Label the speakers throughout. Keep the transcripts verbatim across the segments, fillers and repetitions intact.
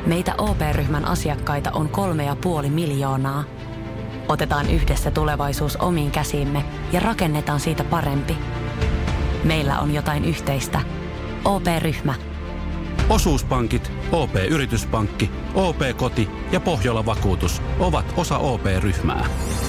Speaker 1: Meitä O P-ryhmän asiakkaita on kolme ja puoli miljoonaa. Otetaan yhdessä tulevaisuus omiin käsiimme ja rakennetaan siitä parempi. Meillä on jotain yhteistä. O P-ryhmä.
Speaker 2: Osuuspankit, O P-yrityspankki, O P-koti ja Pohjola-vakuutus ovat osa O P-ryhmää.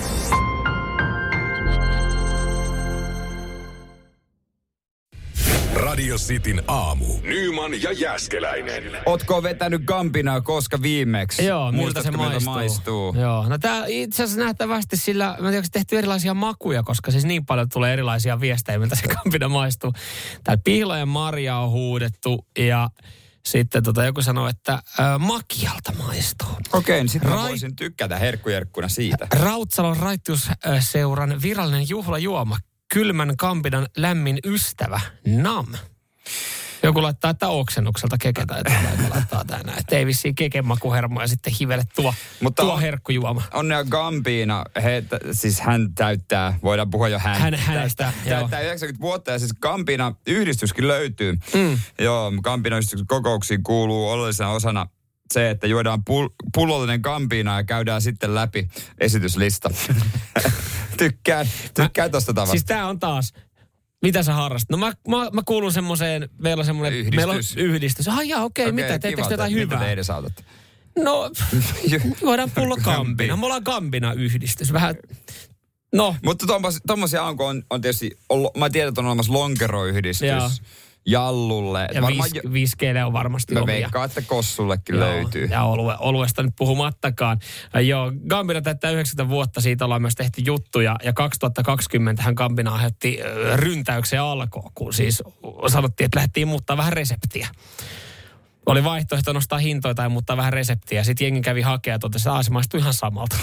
Speaker 3: Radio Cityn aamu. Nyman ja Jääskeläinen.
Speaker 4: Ootko vetänyt Gambinaa koska viimeksi?
Speaker 5: Joo, miltä
Speaker 4: Muistatko,
Speaker 5: se maistuu?
Speaker 4: maistuu?
Speaker 5: Joo, no tää itse asiassa nähtävästi sillä, mä tiedän, onko tehty erilaisia makuja, koska siis niin paljon tulee erilaisia viestejä, miltä se Gambina maistuu. Täällä pihla ja marja on huudettu ja sitten tota, joku sanoo, että äh, makialta maistuu.
Speaker 4: Okei, niin sitten
Speaker 5: Rai-
Speaker 4: mä voisin tykätä herkkujerkkuna siitä.
Speaker 5: Rautsalon raittiusseuran virallinen juhlajuoma. Kylmän Gambinan lämmin ystävä, Nam. Joku laittaa, että oksennukselta keketä, että laittaa tää näin. Että ei vissiin kekemakuhermoa ja sitten hivele tuo,
Speaker 4: Mutta
Speaker 5: tuo
Speaker 4: on,
Speaker 5: herkkujuoma.
Speaker 4: Onnea Gambina, he, siis hän täyttää, voidaan puhua jo hän.
Speaker 5: Hän hänestä,
Speaker 4: täyttää, täyttää yhdeksänkymmentä vuotta ja siis Gambina yhdistyskin löytyy. Mm. Joo, Gambina yhdistyksen kokouksiin kuuluu oleellisena osana se, että juodaan pull- pullollinen Gambina ja käydään sitten läpi esityslista. tykkään, tykkään tosta tavasta.
Speaker 5: Siis tää on taas, mitä sä harrastat? No mä, mä, mä kuulun semmoiseen, meillä on semmoinen
Speaker 4: Yhdistys.
Speaker 5: Meillä on yhdistys. Ai jaa, okei, okay, okay, mitä, teettekö jotain
Speaker 4: mitä
Speaker 5: hyvää?
Speaker 4: Mitä te edesautatte?
Speaker 5: No, juodaan pullo Gambina. Me ollaan Gambina-yhdistys. Vähän, no.
Speaker 4: Mutta tommosia on, on, on tietysti, ollut, mä tiedän, että on olemassa lonkeroyhdistys.
Speaker 5: Joo.
Speaker 4: Jallulle.
Speaker 5: Ja
Speaker 4: Varmaan
Speaker 5: vis, viskeille on varmasti
Speaker 4: mä
Speaker 5: omia.
Speaker 4: veikkaan, että Kossullekin
Speaker 5: Joo,
Speaker 4: löytyy.
Speaker 5: Ja olue, oluesta nyt puhumattakaan. Joo, Gambina täyttää yhdeksänkymmentä vuotta, siitä ollaan myös tehty juttuja. Ja kaksituhattakaksikymmentä hän Gambina aiheutti äh, ryntäyksen alkoon, kun siis sanottiin, että lähdettiin muuttaa vähän reseptiä. Oli vaihtoehto nostaa hintoja tai muuttaa vähän reseptiä. Sitten jengi kävi hakea ja totesi, että se maistuu ihan samalta.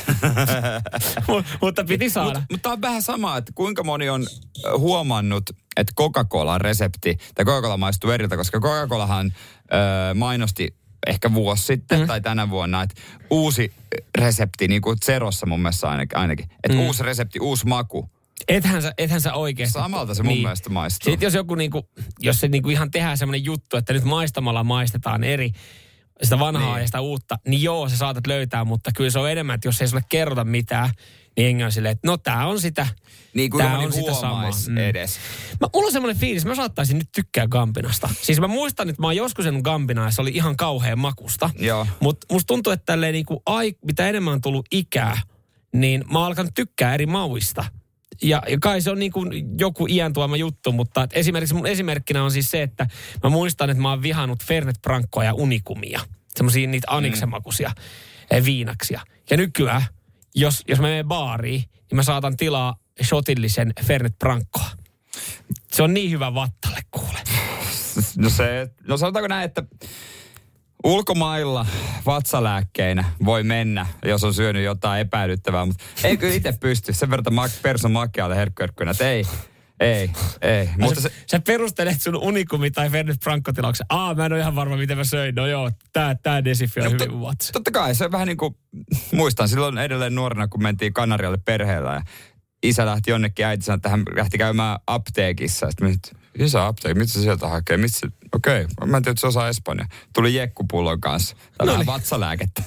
Speaker 5: Mutta piti saada.
Speaker 4: Mutta mut tää on vähän sama, että kuinka moni on huomannut, että Coca-Colan resepti, tai Coca-Cola maistuu eriltä, koska Coca-Colahan öö, mainosti ehkä vuosi sitten mm. tai tänä vuonna, että uusi resepti, niin kuin Zerossa mun mielestä ainakin, että mm. uusi resepti, uusi maku.
Speaker 5: Ethän sä, ethän sä oikeasti.
Speaker 4: Samalta se mun niin. mielestä maistuu.
Speaker 5: Sitten jos joku niinku, jos se niinku ihan tehdään semmoinen juttu, että nyt maistamalla maistetaan eri, sitä vanhaa niin. ja sitä uutta, niin joo, sä saatat löytää, mutta kyllä se on enemmän, että jos ei sulle kerrota mitään, niin jengi on silleen, että no tää on sitä,
Speaker 4: niin kuin
Speaker 5: tää on sitä samaa.
Speaker 4: Mm. edes.
Speaker 5: Mä, mulla on semmoinen fiilis, mä saattaisin nyt tykkää Gambinasta. Siis mä muistan, että mä oon joskus sen Gambinaa ja se oli ihan kauhean makusta.
Speaker 4: Joo.
Speaker 5: Mutta musta tuntuu, että tälleen niinku, ai, mitä enemmän on tullut ikää, niin mä oon alkanut tykkää eri mauista. Ja, ja kai se on niin kuin joku iän tuoma juttu, mutta esimerkiksi mun esimerkkinä on siis se, että mä muistan, että mä oon vihannut Fernet Brancoa ja Unikumia. Semmosia niitä aniksemakuisia mm. viinaksia. Ja nykyään, jos, jos mä menen baariin, niin mä saatan tilaa shotillisen Fernet Brancoa. Se on niin hyvä vattalle, kuule.
Speaker 4: No se, no sanotaanko näin, että ulkomailla vatsalääkkeinä voi mennä, jos on syönyt jotain epäilyttävää, mutta ei kyllä itse pysty. Sen verran ma- person makealle herkkuherkkuina, että ei, ei, ei. Mutta
Speaker 5: sä,
Speaker 4: se,
Speaker 5: sä perustelet sun Unikumi tai Fernet Branco-tilauksen. Aa, mä en ole ihan varma, miten mä söin. No joo, tää, tää desifi on no, hyvin vatsa.
Speaker 4: Totta kai, se on vähän niin kuin, muistan silloin edelleen nuorena, kun mentiin Kanarialle perheellä ja isä lähti jonnekin, äiti sanoi, että hän lähti käymään apteekissa. Sitten mä nyt, isä apteekki, mitä se sieltä hakee? Okei, okay. Mä en tiedä, että se osaa Espanja. Tuli jekkupullon kanssa. Tää no vähän niin. Vatsalääkettä.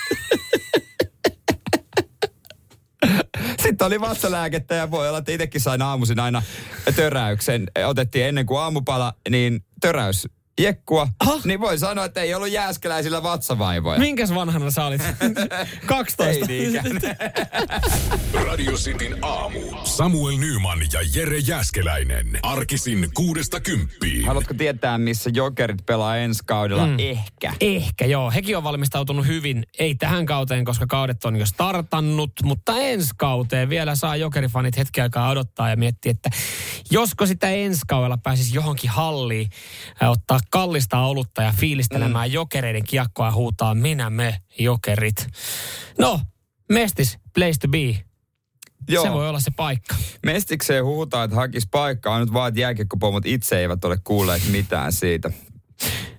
Speaker 4: Sitten oli vatsalääkettä ja voi olla, että itsekin sain aamuisin aina töräyksen. Otettiin ennen kuin aamupala, niin töräys jekkua, Aha. niin voi sanoa, että ei ollut jääskeläisillä vatsavaivoja.
Speaker 5: Minkäs vanhana sä olit? kaksitoista.
Speaker 4: Ei niinkään.
Speaker 3: Radio Cityn aamu. Samuel Nyman ja Jere Jääskeläinen. Arkisin kuudesta kymppiin.
Speaker 4: Haluatko tietää, missä Jokerit pelaa ensi kaudella? Mm. Ehkä.
Speaker 5: Ehkä, joo. Hekin on valmistautunut hyvin. Ei tähän kauteen, koska kaudet on jo startannut, mutta ensi kauteen vielä saa Jokerifanit hetken aikaa odottaa ja miettiä, että josko sitä ensi kaudella pääsisi johonkin halliin äh, ottaa kallista olutta ja fiilistelemään mm. Jokereiden kiekkoa ja huutaa minä me Jokerit. No, Mestis, place to be. Joo. Se voi olla se paikka.
Speaker 4: Mestikseen huutaa, että hakisi paikkaa. On nyt vaan, että jääkiekkopomot itse eivät ole kuulleet mitään siitä.
Speaker 5: Niin,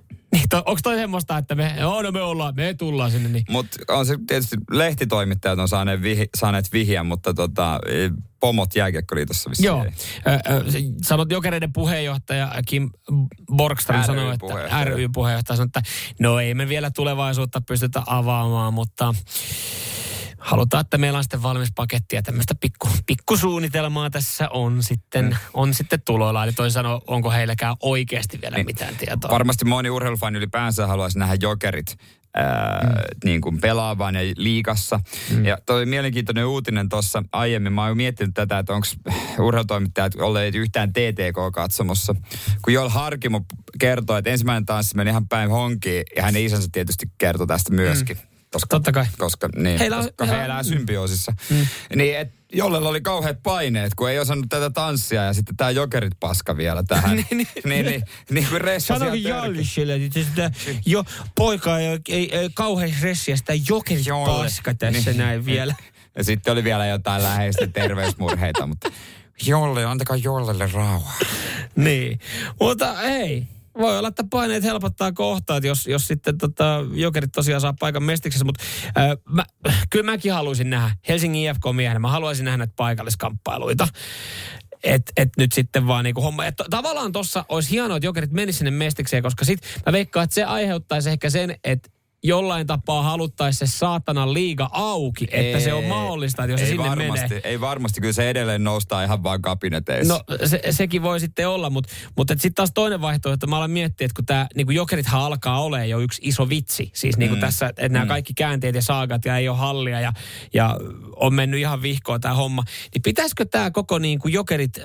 Speaker 5: Onko toi semmoista, että me, joo, no me ollaan, me tullaan sinne. Niin.
Speaker 4: Mutta on se tietysti, lehtitoimittajat on saaneet, vihi, saaneet vihjan, mutta tota, pomot jääkiekkoliitossa vissiin.
Speaker 5: Joo. Sanot Jokereiden puheenjohtaja Kim Borgström sanoi, että ry puheenjohtaja sanoi, että no ei me vielä tulevaisuutta pystytä avaamaan, mutta halutaan, että meillä on sitten valmis paketti ja tämmöistä pikku, pikkusuunnitelmaa tässä on sitten, mm. on sitten tuloilla. Eli toisin sanoen, onko heilläkään oikeasti vielä niin, mitään tietoa.
Speaker 4: Varmasti moni urheilufani ylipäänsä haluaisi nähdä Jokerit ää, mm. niin kuin pelaavan ja liigassa. Mm. Ja toi mielenkiintoinen uutinen tuossa aiemmin. Mä oon miettinyt tätä, että onko urheilutoimittajat olleet yhtään T T K-katsomossa. Kun Joel Harkimo kertoi, että ensimmäinen tanssi meni ihan päin honkiin ja hänen isänsä tietysti kertoi tästä myöskin. Mm. Koska,
Speaker 5: Totta kai.
Speaker 4: Koska, niin,
Speaker 5: heillä,
Speaker 4: koska
Speaker 5: heillä,
Speaker 4: he elää symbioosissa. Mm. Niin, et jollella oli kauheat paineet, kun ei osannut tätä tanssia ja sitten tää Jokerit paska vielä tähän. niin, niin, niin, niin, niin kuin ressa sieltä
Speaker 5: Sanokin Jalliselle, että sitä jo, poika ei, ei, ei kauhean ressiä, sitä Jokerit paska tässä niin, näin vielä.
Speaker 4: Ja sitten oli vielä jotain läheistä terveysmurheita, mutta Jolle, antakaa Jollelle rauhaa.
Speaker 5: Niin, mutta hei. Voi olla, että paineet helpottaa kohtaa, että jos, jos sitten tota, Jokerit tosiaan saa paikan mestiksessä, mutta äh, mä, kyllä mäkin haluaisin nähdä Helsingin I F K-miehenä, mä haluaisin nähdä näitä paikalliskamppailuita. Että et nyt sitten vaan niinku homma. Et tavallaan tossa olisi hienoa, että Jokerit menisi sinne mestikseen, koska sit mä veikkaan, että se aiheuttaisi ehkä sen, että jollain tapaa haluttaisi se saatanan liiga auki, että ei, se on mahdollista, että jos se sinne
Speaker 4: varmasti,
Speaker 5: menee.
Speaker 4: Ei varmasti, kyllä se edelleen noustaa ihan vaan kabineteissa.
Speaker 5: No se, sekin voi sitten olla, mutta, mutta sitten taas toinen vaihtoehto, että mä olen miettinyt, että kun tämä niin Jokerithan alkaa olemaan jo yksi iso vitsi. Siis niin kuin mm. tässä, että nämä mm. kaikki käänteet ja saagat ja ei ole hallia ja, ja on mennyt ihan vihkoon tämä homma. Niin pitäisikö tämä koko niin kuin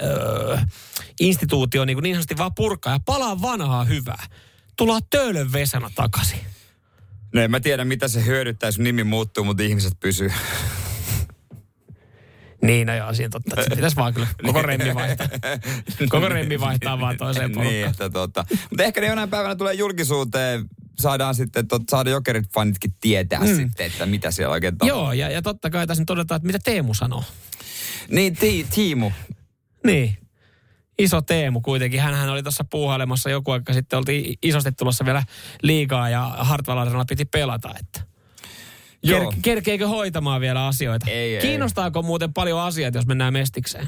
Speaker 5: Jokerit-instituutio niin, niin sanotusti vaan purkaa ja palaa vanhaa hyvää? Tullaan Töölön Vesana takaisin.
Speaker 4: No en mä tiedä, mitä se hyödyttää, jos nimi muuttuu, mutta ihmiset pysyy.
Speaker 5: Niin, no joo, siinä totta. Se pitäisi vaan kyllä koko remmi vaihtaa. Koko remmi vaihtaa vaan toiseen porukkaan.
Speaker 4: Niin, että tota. Mutta ehkä ne jonain päivänä tulee julkisuuteen, saadaan sitten, tot, saada Jokerit-fanitkin tietää mm. sitten, että mitä siellä oikein tapahtuu.
Speaker 5: Joo, ja, ja totta kai tässä nyt todetaan, että mitä Teemu sanoo.
Speaker 4: Niin, ti, Tiimu.
Speaker 5: Niin. Iso Teemu kuitenkin. Hänhän oli tuossa puuhailemassa joku aika sitten. Oltiin isosti tulossa vielä liigaa ja Hartwall piti pelata. Että. Ker- kerkeekö hoitamaan vielä asioita?
Speaker 4: Ei,
Speaker 5: Kiinnostaako ei. muuten paljon asiat, jos mennään mestikseen?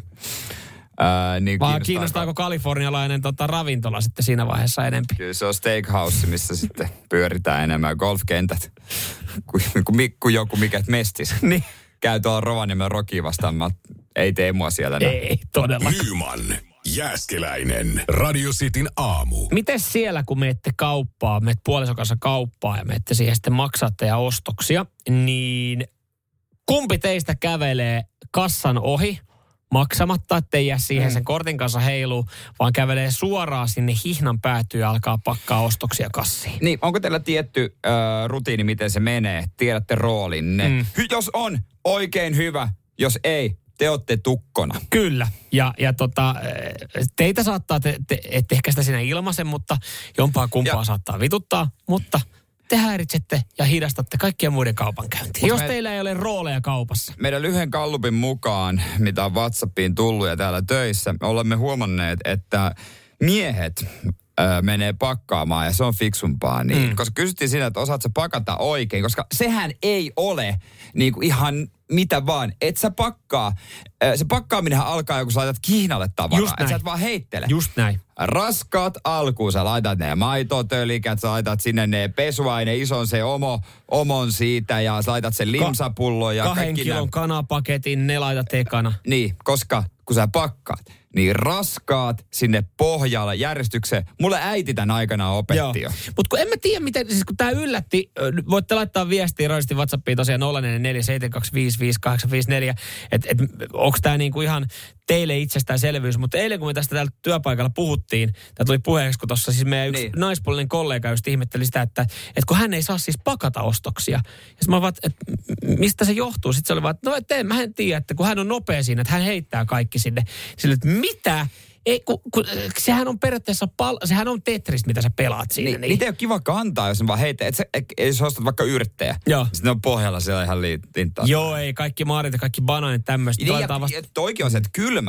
Speaker 4: Ää, niin
Speaker 5: Vai kiinnostaako, kiinnostaako kalifornialainen tota, ravintola sitten siinä vaiheessa enempi?
Speaker 4: Kyllä se on steakhouse, missä sitten pyöritään enemmän golfkentät. Kun Mikku joku mikä mestis.
Speaker 5: Niin.
Speaker 4: Käy tuolla Rovaniemen Rokiin vastaan. Ei tee mua siellä.
Speaker 5: Ei, todella.
Speaker 3: Nyman, Jääskeläinen, Radio Cityn aamu.
Speaker 5: Miten siellä, kun menette kauppaan, menette puolison kanssa kauppaan ja menette siihen sitten maksatte ja ostoksia, niin kumpi teistä kävelee kassan ohi maksamatta, ettei jää siihen mm. sen kortin kanssa heiluu, vaan kävelee suoraan sinne hihnan päätyyn ja alkaa pakkaa ostoksia kassiin?
Speaker 4: Niin, onko teillä tietty äh, rutiini, miten se menee? Tiedätte roolinne. Mm. Hy- jos on, oikein hyvä. Jos ei, te olette tukkona.
Speaker 5: Kyllä. Ja, ja tota, teitä saattaa, te, te, ette ehkä sitä siinä ilmaisen, mutta jompaa kumpaa ja. saattaa vituttaa, mutta te häiritsette ja hidastatte kaikkien muiden kaupankäyntiä, jos me, teillä ei ole rooleja kaupassa.
Speaker 4: Meidän lyhyen gallupin mukaan, mitä on WhatsAppiin tullut ja täällä töissä, olemme huomanneet, että miehet ö, menee pakkaamaan ja se on fiksumpaa. Niin, mm. Koska kysyttiin siinä, että osaat sä pakata oikein, koska sehän ei ole niin kuin ihan mitä vaan. Et sä pakkaa. Se pakkaaminenhan alkaa, kun sä laitat kihnalle tavaraa. Et sä et vaan heittele.
Speaker 5: Just näin.
Speaker 4: Raskaat alkuun. Sä laitat ne maitotölikät, sä laitat sinne ne pesuaine, ison se omo, omon siitä ja sä laitat sen limsapullon ja
Speaker 5: Ka- kahden
Speaker 4: kaikki
Speaker 5: kilon
Speaker 4: nää.
Speaker 5: kanapaketin, ne laitat ekana.
Speaker 4: Niin, koska kun sä pakkaat, niin raskaat sinne pohjalle järjestykseen. Mulle äiti tämän aikana opetti jo.
Speaker 5: Mutta kun en mä tiedä, miten, siis kun tää yllätti, voitte laittaa viestiä radiosti WhatsAppiin tosiaan nolla neljä neljä seitsemän kaksi viisi viisi kahdeksan viisi neljä, että et, onko tää niinku ihan teille itsestäänselvyys. Mutta eilen kun me tästä täällä työpaikalla puhuttiin, tää tuli puheeksi, kun tuossa siis meidän yksi niin. naispuolinen kollega just ihmetteli sitä, että et kun hän ei saa siis pakata ostoksia. Ja mä vaan, että mistä se johtuu? Sitten se oli vaan, että no et en, mä en tiedä, että kun hän on nopea siinä, että hän heittää kaikki sinne. Sille, että mitä? Ei, kun, kun, sehän on periaatteessa, pal- sehän on Tetris, mitä sä pelaat siinä.
Speaker 4: Niin,
Speaker 5: niin.
Speaker 4: Niitä ei ole kiva kantaa, jos ne vaan heittää. Et sä, jos ostat vaikka yrttejä,
Speaker 5: Joo.
Speaker 4: sitten ne on pohjalla siellä ihan liintaa.
Speaker 5: Joo, ei kaikki maarit ja kaikki banaanit tämmöistä.
Speaker 4: Niin, ja, ja toikin on se, että kylmät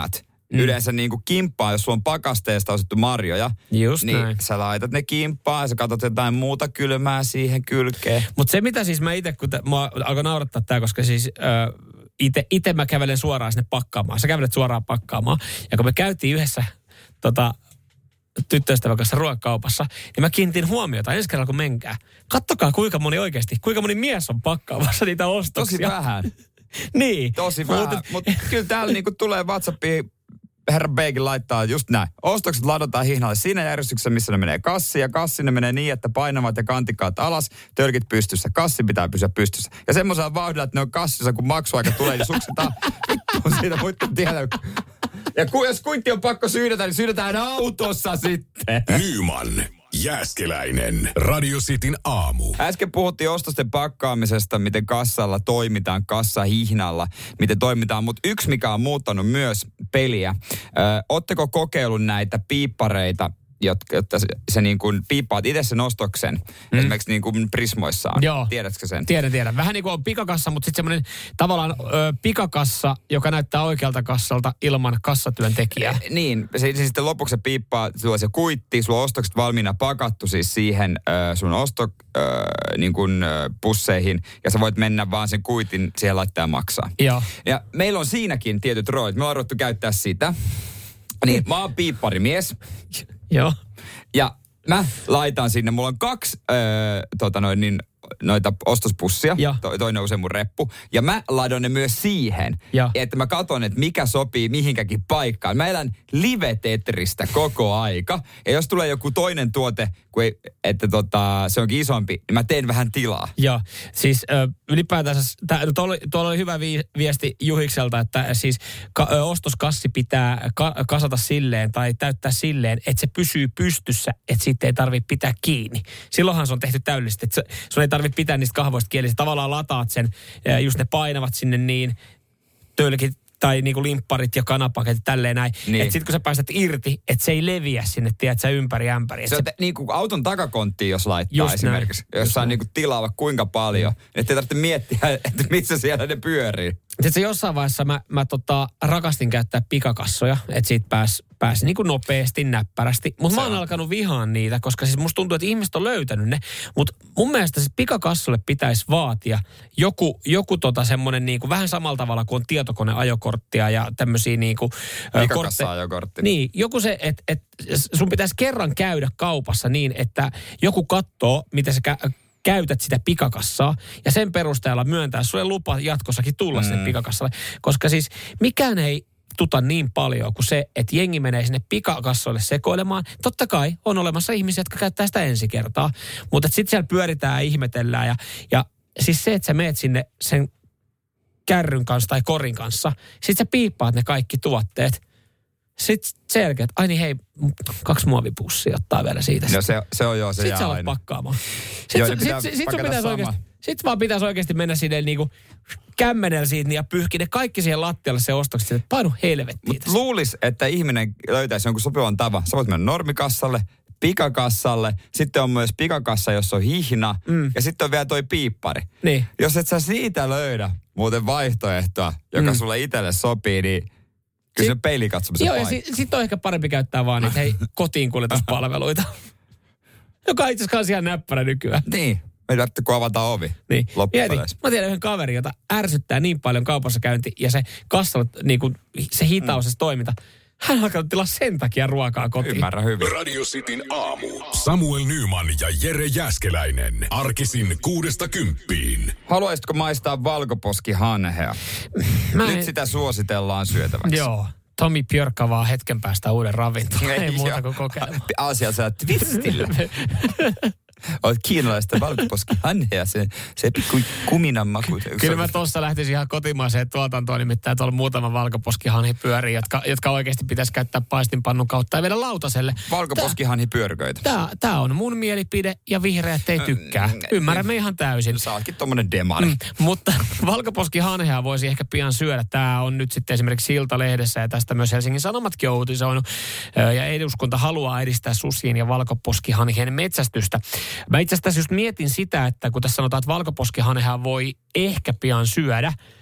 Speaker 4: mm. yleensä niin kuin kimppaa, jos sulla on pakasteesta ostettu marjoja.
Speaker 5: Just
Speaker 4: niin
Speaker 5: näin.
Speaker 4: sä laitat ne kimppaa ja sä katsot jotain muuta kylmää siihen kylkeen.
Speaker 5: Mutta se mitä siis mä itse, kun te, mua alkoi naurattaa tää, koska siis äh, ite, ite mä kävelen suoraan sinne pakkaamaan. Sä kävelet suoraan pakkaamaan. Ja kun me käytiin yhdessä tota, tyttöystävän kanssa ruokakaupassa, niin mä kiinnitin huomiota ensi kerralla kun menkää. Kattokaa kuinka moni oikeasti, kuinka moni mies on pakkaamassa niitä ostoksia.
Speaker 4: Tosi vähän.
Speaker 5: Niin.
Speaker 4: Tosi vähän, mutta Mut kyllä täällä niinku tulee WhatsAppiin, herra Beikin laittaa just näin. Ostokset ladataan hihnalle siinä järjestyksessä, missä ne menee kassiin. Ja kassi ne menee niin, että painavat ja kantikkaat alas, tölkit pystyssä. Kassi pitää pysyä pystyssä. Ja semmoisella vauhdilla, että ne on kassissa, kun maksuaika tulee, niin suksetaan vittuun siitä muiden tiedä. Ja ku, jos kuitti on pakko syydätä, niin syydetään autossa sitten.
Speaker 3: Nyman, Jääskeläinen, Radio Cityn aamu.
Speaker 4: Äsken puhuttiin ostosten pakkaamisesta, miten kassalla toimitaan, kassahihnalla, miten toimitaan. Mutta yksi, mikä on muuttanut myös peliä. Ö, ootteko kokeillut näitä piippareita, jotka, jotta se, se niin kuin piippaat itse sen ostoksen, mm. esimerkiksi niin kuin Prismoissaan.
Speaker 5: Joo.
Speaker 4: Tiedätkö sen?
Speaker 5: Tiedän, tiedän. Vähän niin kuin on pikakassa, mutta sitten semmoinen tavallaan ö, pikakassa, joka näyttää oikealta kassalta ilman kassatyöntekijää.
Speaker 4: E, niin, se, se sitten lopuksi se piippaa, sulla se kuitti, sulla on ostokset valmiina pakattu siis siihen ö, sun osto ö, niin kuin, ö, pusseihin, ja sä voit mennä vaan sen kuitin siihen laittaa ja maksaa.
Speaker 5: Joo.
Speaker 4: Ja meillä on siinäkin tietyt roolit. Me ollaan ruvettu käyttää sitä. Niin, mä oon piipparimies.
Speaker 5: Joo.
Speaker 4: Ja mä laitan sinne, mulla on kaksi öö, tota noin, niin, noita ostospussia, to, toinen on se mun reppu. Ja mä laitan ne myös siihen, ja. että mä katson, että mikä sopii mihinkäkin paikkaan. Mä elän live-tetristä koko aika. Ja jos tulee joku toinen tuote, kun ei, että tota, se onkin isompi, niin mä teen vähän tilaa.
Speaker 5: Joo, siis ö, ylipäätänsä, tuolla oli, tuolla oli hyvä vi, viesti Juhikselta, että siis ka, ö, ostoskassi pitää ka, kasata silleen tai täyttää silleen, että se pysyy pystyssä, että siitä ei tarvitse pitää kiinni. Silloinhan se on tehty täydellisesti, että sun ei tarvitse pitää niistä kahvoista kielistä. Tavallaan lataat sen, just ne painavat sinne niin, tölkit tai niinku limpparit ja kanapaketit, tälleen näin. Niin. Että sit kun sä päästät irti, että se ei leviä sinne, tiedät sä, ympäri ämpäri.
Speaker 4: Se on
Speaker 5: se...
Speaker 4: niin kuin auton takakonttiin, jos laittaa
Speaker 5: just
Speaker 4: esimerkiksi.
Speaker 5: Näin.
Speaker 4: Jos saa niin kuin tilaa kuinka paljon. Mm. Että ei tarvitse miettiä, että missä siellä ne pyörii.
Speaker 5: Sitten jossain vaiheessa mä, mä tota, rakastin käyttää pikakassoja, että siitä pääsi pääs niin kuin nopeasti, näppärästi. Mutta mä oon alkanut vihaan niitä, koska siis musta tuntuu, että ihmiset on löytänyt ne. Mutta mun mielestä siis pikakassolle pitäisi vaatia joku, joku tota semmoinen niin kuin vähän samalla tavalla kuin on tietokoneajokorttia ja tämmöisiä niin kuin...
Speaker 4: Pikakassa-ajokortti.
Speaker 5: Niin, joku se, että et sun pitäisi kerran käydä kaupassa niin, että joku katsoo, miten se... Kä- käytät sitä pikakassaa ja sen perusteella myöntää sulle lupa jatkossakin tulla mm. sen pikakassalle. Koska siis mikään ei tuta niin paljon kuin se, että jengi menee sinne pikakassoille sekoilemaan. Totta kai on olemassa ihmisiä, jotka käyttää sitä ensi kertaa, mutta sitten siellä pyöritään ja ihmetellään. Ja, ja siis se, että sä meet sinne sen kärryn kanssa tai korin kanssa, sit sä piippaat ne kaikki tuotteet. Sitten sen jälkeen, että ai niin hei, kaksi muovipussia ottaa vielä siitä.
Speaker 4: No se, se on joo, se
Speaker 5: Sitten
Speaker 4: jää
Speaker 5: sä alat
Speaker 4: aina.
Speaker 5: pakkaamaan. Sitten sit, sit, sit sun pitäisi oikeasti, sit vaan pitäisi oikeasti mennä sinne niinku kämmenellä siitä ja pyyhkiä ne kaikki siihen lattialle se ostokset, että painu helvettiin.
Speaker 4: Mutta luulisi, että ihminen löytäisi jonkun sopivan tavan. Sä voit mennä normikassalle, pikakassalle, sitten on myös pikakassa, jossa on hihna, mm. ja sitten on vielä toi piippari.
Speaker 5: Niin.
Speaker 4: Jos et sä siitä löydä muuten vaihtoehtoa, joka mm. sulle itselle sopii, niin kyllä se peilin katsomisen paikka.
Speaker 5: Joo, ja sitten sit on ehkä parempi käyttää vaan niitä hei, kotiin kuljetuspalveluita, joka on itse asiassa ihan näppärä nykyään.
Speaker 4: Niin, me ei tarvitse kun avataan ovi
Speaker 5: niin.
Speaker 4: loppupeleissä.
Speaker 5: Mä tiedän yhden kaverin, jota ärsyttää niin paljon kaupassa käynti ja se kassalla, niin kuin, se hitaus ja se toiminta. Hän on alkanut tilaa sen takia ruokaa kotiin.
Speaker 4: Ymmärrän hyvin.
Speaker 3: Radio Cityn aamu. Samuel Nyman ja Jere Jääskeläinen. Arkisin kuudesta kymppiin.
Speaker 4: Haluaisitko maistaa valkoposkihanhea? Mä Nyt en... sitä suositellaan syötäväksi.
Speaker 5: Joo. Tomi Björk vaan hetken päästä uuden ravintolan. Ei muuta kuin kokeilua.
Speaker 4: Asiassa twistillä. Olet kiinalaista valkoposkihanhea, se, se pikku kuminan maku.
Speaker 5: Kyllä mä tuossa lähtisin ihan kotimaiseen tuotantoon, nimittäin tuolla muutama valkoposkihanhi pyörii, jotka, jotka oikeasti pitäisi käyttää paistinpannun kautta ja viedä lautaselle.
Speaker 4: Valkoposkihanhi pyörköitä.
Speaker 5: Tää, tää on mun mielipide ja vihreät ei tykkää. Ymmärrämme ihan täysin.
Speaker 4: Sä ootkin tommonen demari. Mm,
Speaker 5: mutta valkoposkihanhea voisi ehkä pian syödä. Tää on nyt sitten esimerkiksi Ilta-lehdessä ja tästä myös Helsingin Sanomatkin on uutisoinut. Ja eduskunta haluaa edistää susien ja valkoposkihanhien metsästystä. Mä itse asiassa just mietin sitä, että kun tässä sanotaan, että valkoposkihanheha voi ehkä pian syödä,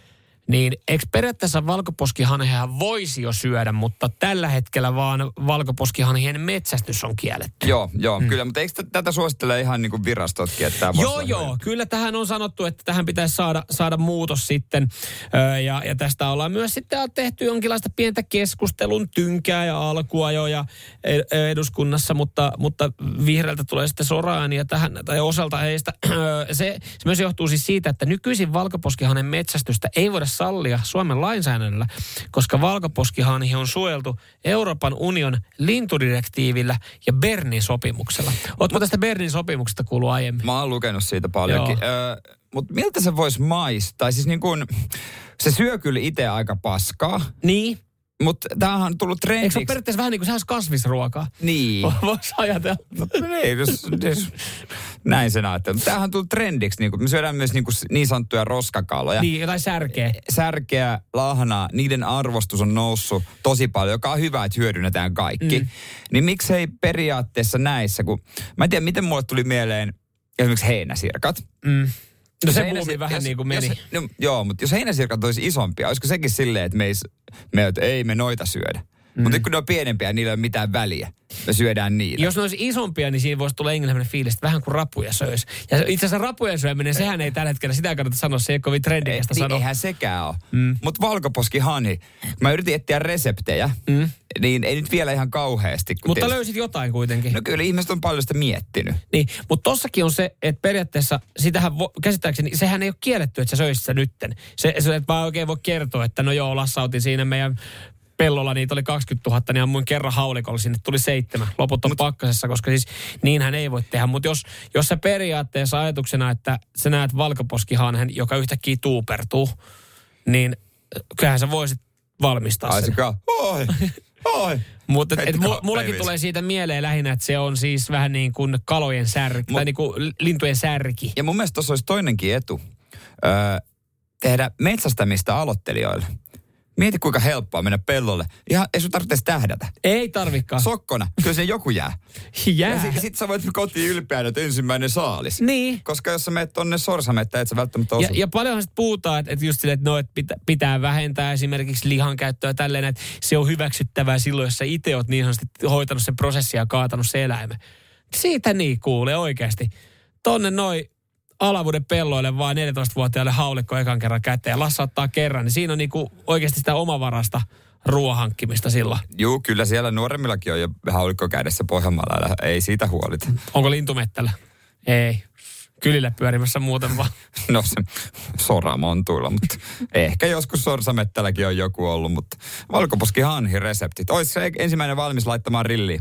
Speaker 5: niin eikö periaatteessa valkoposkihanheja voisi jo syödä, mutta tällä hetkellä vaan valkoposkihanhien metsästys on kielletty.
Speaker 4: Joo, joo, hmm. kyllä, mutta eikö t- tätä suosittele ihan niin kuin virastotkin, että tämä
Speaker 5: Joo, joo, hyvä. Kyllä tähän on sanottu, että tähän pitäisi saada, saada muutos sitten, öö, ja, ja tästä ollaan myös sitten tehty jonkinlaista pientä keskustelun tynkää ja alkua jo ja eduskunnassa, mutta, mutta vihreältä tulee sitten soraääniä tähän, tai osalta heistä. Öö, se, se myös johtuu siis siitä, että nykyisin valkoposkihanhen metsästystä ei voida sallia Suomen lainsäädännöllä, koska valkoposkihanhi on suojeltu Euroopan union lintudirektiivillä ja Bernin sopimuksella. Ootko tästä Bernin sopimuksesta kuullut aiemmin?
Speaker 4: Mä oon lukenut siitä paljonkin. Öö, mutta miltä se voisi maistaa? Siis niin kun, se syö kyllä itse aika paskaa.
Speaker 5: Niin.
Speaker 4: Mutta tämähän on tullut trendiksi.
Speaker 5: Eikö se ole periaatteessa vähän niin kuin se olisi kasvisruokaa?
Speaker 4: Niin.
Speaker 5: Voisi ajatella.
Speaker 4: No, ei, jos, jos, näin sen ajattelin. Tämähän on tullut trendiksi. Niin kuin, me syödään myös niin, kuin, niin sanottuja roskakaloja.
Speaker 5: Niin, jotain särkeä.
Speaker 4: Särkeä, lahnaa, niiden arvostus on noussut tosi paljon, joka on hyvä, että hyödynnetään kaikki. Mm. Niin miksei periaatteessa näissä, kun mä en tiedä, miten mulle tuli mieleen esimerkiksi heinäsirkat.
Speaker 5: Mm. No se
Speaker 4: heinäsir-
Speaker 5: buumi vähän
Speaker 4: jos,
Speaker 5: niin kuin meni.
Speaker 4: Jos, no, joo, mutta jos heinäsirkat olisi isompia, olisiko sekin silleen, että me ei, me, että ei me noita syödä. Mm. Mutta kun ne on pienempiä, niillä ei ole mitään väliä. Me syödään niitä.
Speaker 5: Jos ne olisi isompia, niin siinä voisi tulla englannin fiilis, että vähän kuin rapuja söisi. Ja itse asiassa rapujen syöminen, sehän ei tällä hetkellä, sitä kannata sanoa, se ei ole kovin trendikästä
Speaker 4: ei,
Speaker 5: sanoa.
Speaker 4: Eihän sekään ole. Mm. Mutta valkoposkihanhi, mä yritin etsiä reseptejä, mm. niin ei nyt vielä ihan kauheasti.
Speaker 5: Mutta
Speaker 4: tietysti
Speaker 5: löysit jotain kuitenkin.
Speaker 4: No kyllä ihmiset on paljon sitä miettinyt.
Speaker 5: Niin, mutta tossakin on se, että periaatteessa, sitähän vo, käsittääkseni, sehän ei ole kielletty, että sä söisit sitä nytten. Se, se että mä oikein voi kertoa, että no joo, lassautin siinä meidän pellolla, niitä oli kaksikymmentätuhatta, niin ammuin kerran haulikolla, sinne tuli seitsemän. Loput on Mut, pakkasessa, koska siis niinhän ei voi tehdä. Mutta jos, jos se periaatteessa ajatuksena, että sä näet valkoposkihanhen, joka yhtäkkiä tuupertuu, niin kyllähän sä voisit valmistaa sen.
Speaker 4: Aisikaan, oi, oi.
Speaker 5: Mutta et, et, mullakin tulee siitä mieleen lähinnä, että se on siis vähän niin kuin kalojen särki, Mut, tai niin kuin lintujen särki.
Speaker 4: Ja mun mielestä tuossa olisi toinenkin etu. Öö, tehdä metsästämistä aloittelijoille. Mieti, kuinka helppoa mennä pellolle. Ihan, ei sun tarvitse tähdätä.
Speaker 5: Ei tarvikaan.
Speaker 4: Sokkona. Kyllä se joku jää.
Speaker 5: Jää.
Speaker 4: Ja sitten sit sä voit kotiin ylpeänä, että ensimmäinen saalis.
Speaker 5: Niin.
Speaker 4: Koska jos sä menet tonne sorsamettä, et sä välttämättä osu.
Speaker 5: Ja, ja paljonhan sit puhutaan, että, että just silleen, että no, että pitä, pitää vähentää esimerkiksi lihan käyttöä tälleen, että se on hyväksyttävää silloin, jos sä itse oot niin sanotusti hoitanut sen prosessin ja kaatanut se eläimen. Siitä niin kuulee oikeasti. Tonne noi alavuuden pelloille vaan neljätoistavuotiaille haulikko ekan kerran käteen ja lassauttaa kerran, niin siinä on niinku oikeasti sitä omavarasta ruoan hankkimista silloin.
Speaker 4: Juu, kyllä siellä nuoremmillakin on jo haulikko kädessä Pohjanmaalla, ei siitä huolita.
Speaker 5: Onko lintumettällä? Ei. Kylillä pyörimässä muuten vaan.
Speaker 4: No se soramontuilla, mutta ehkä joskus sorsamettälläkin on joku ollut, mutta valkoposkihanhi reseptit. Ois se ensimmäinen valmis laittamaan rilliin?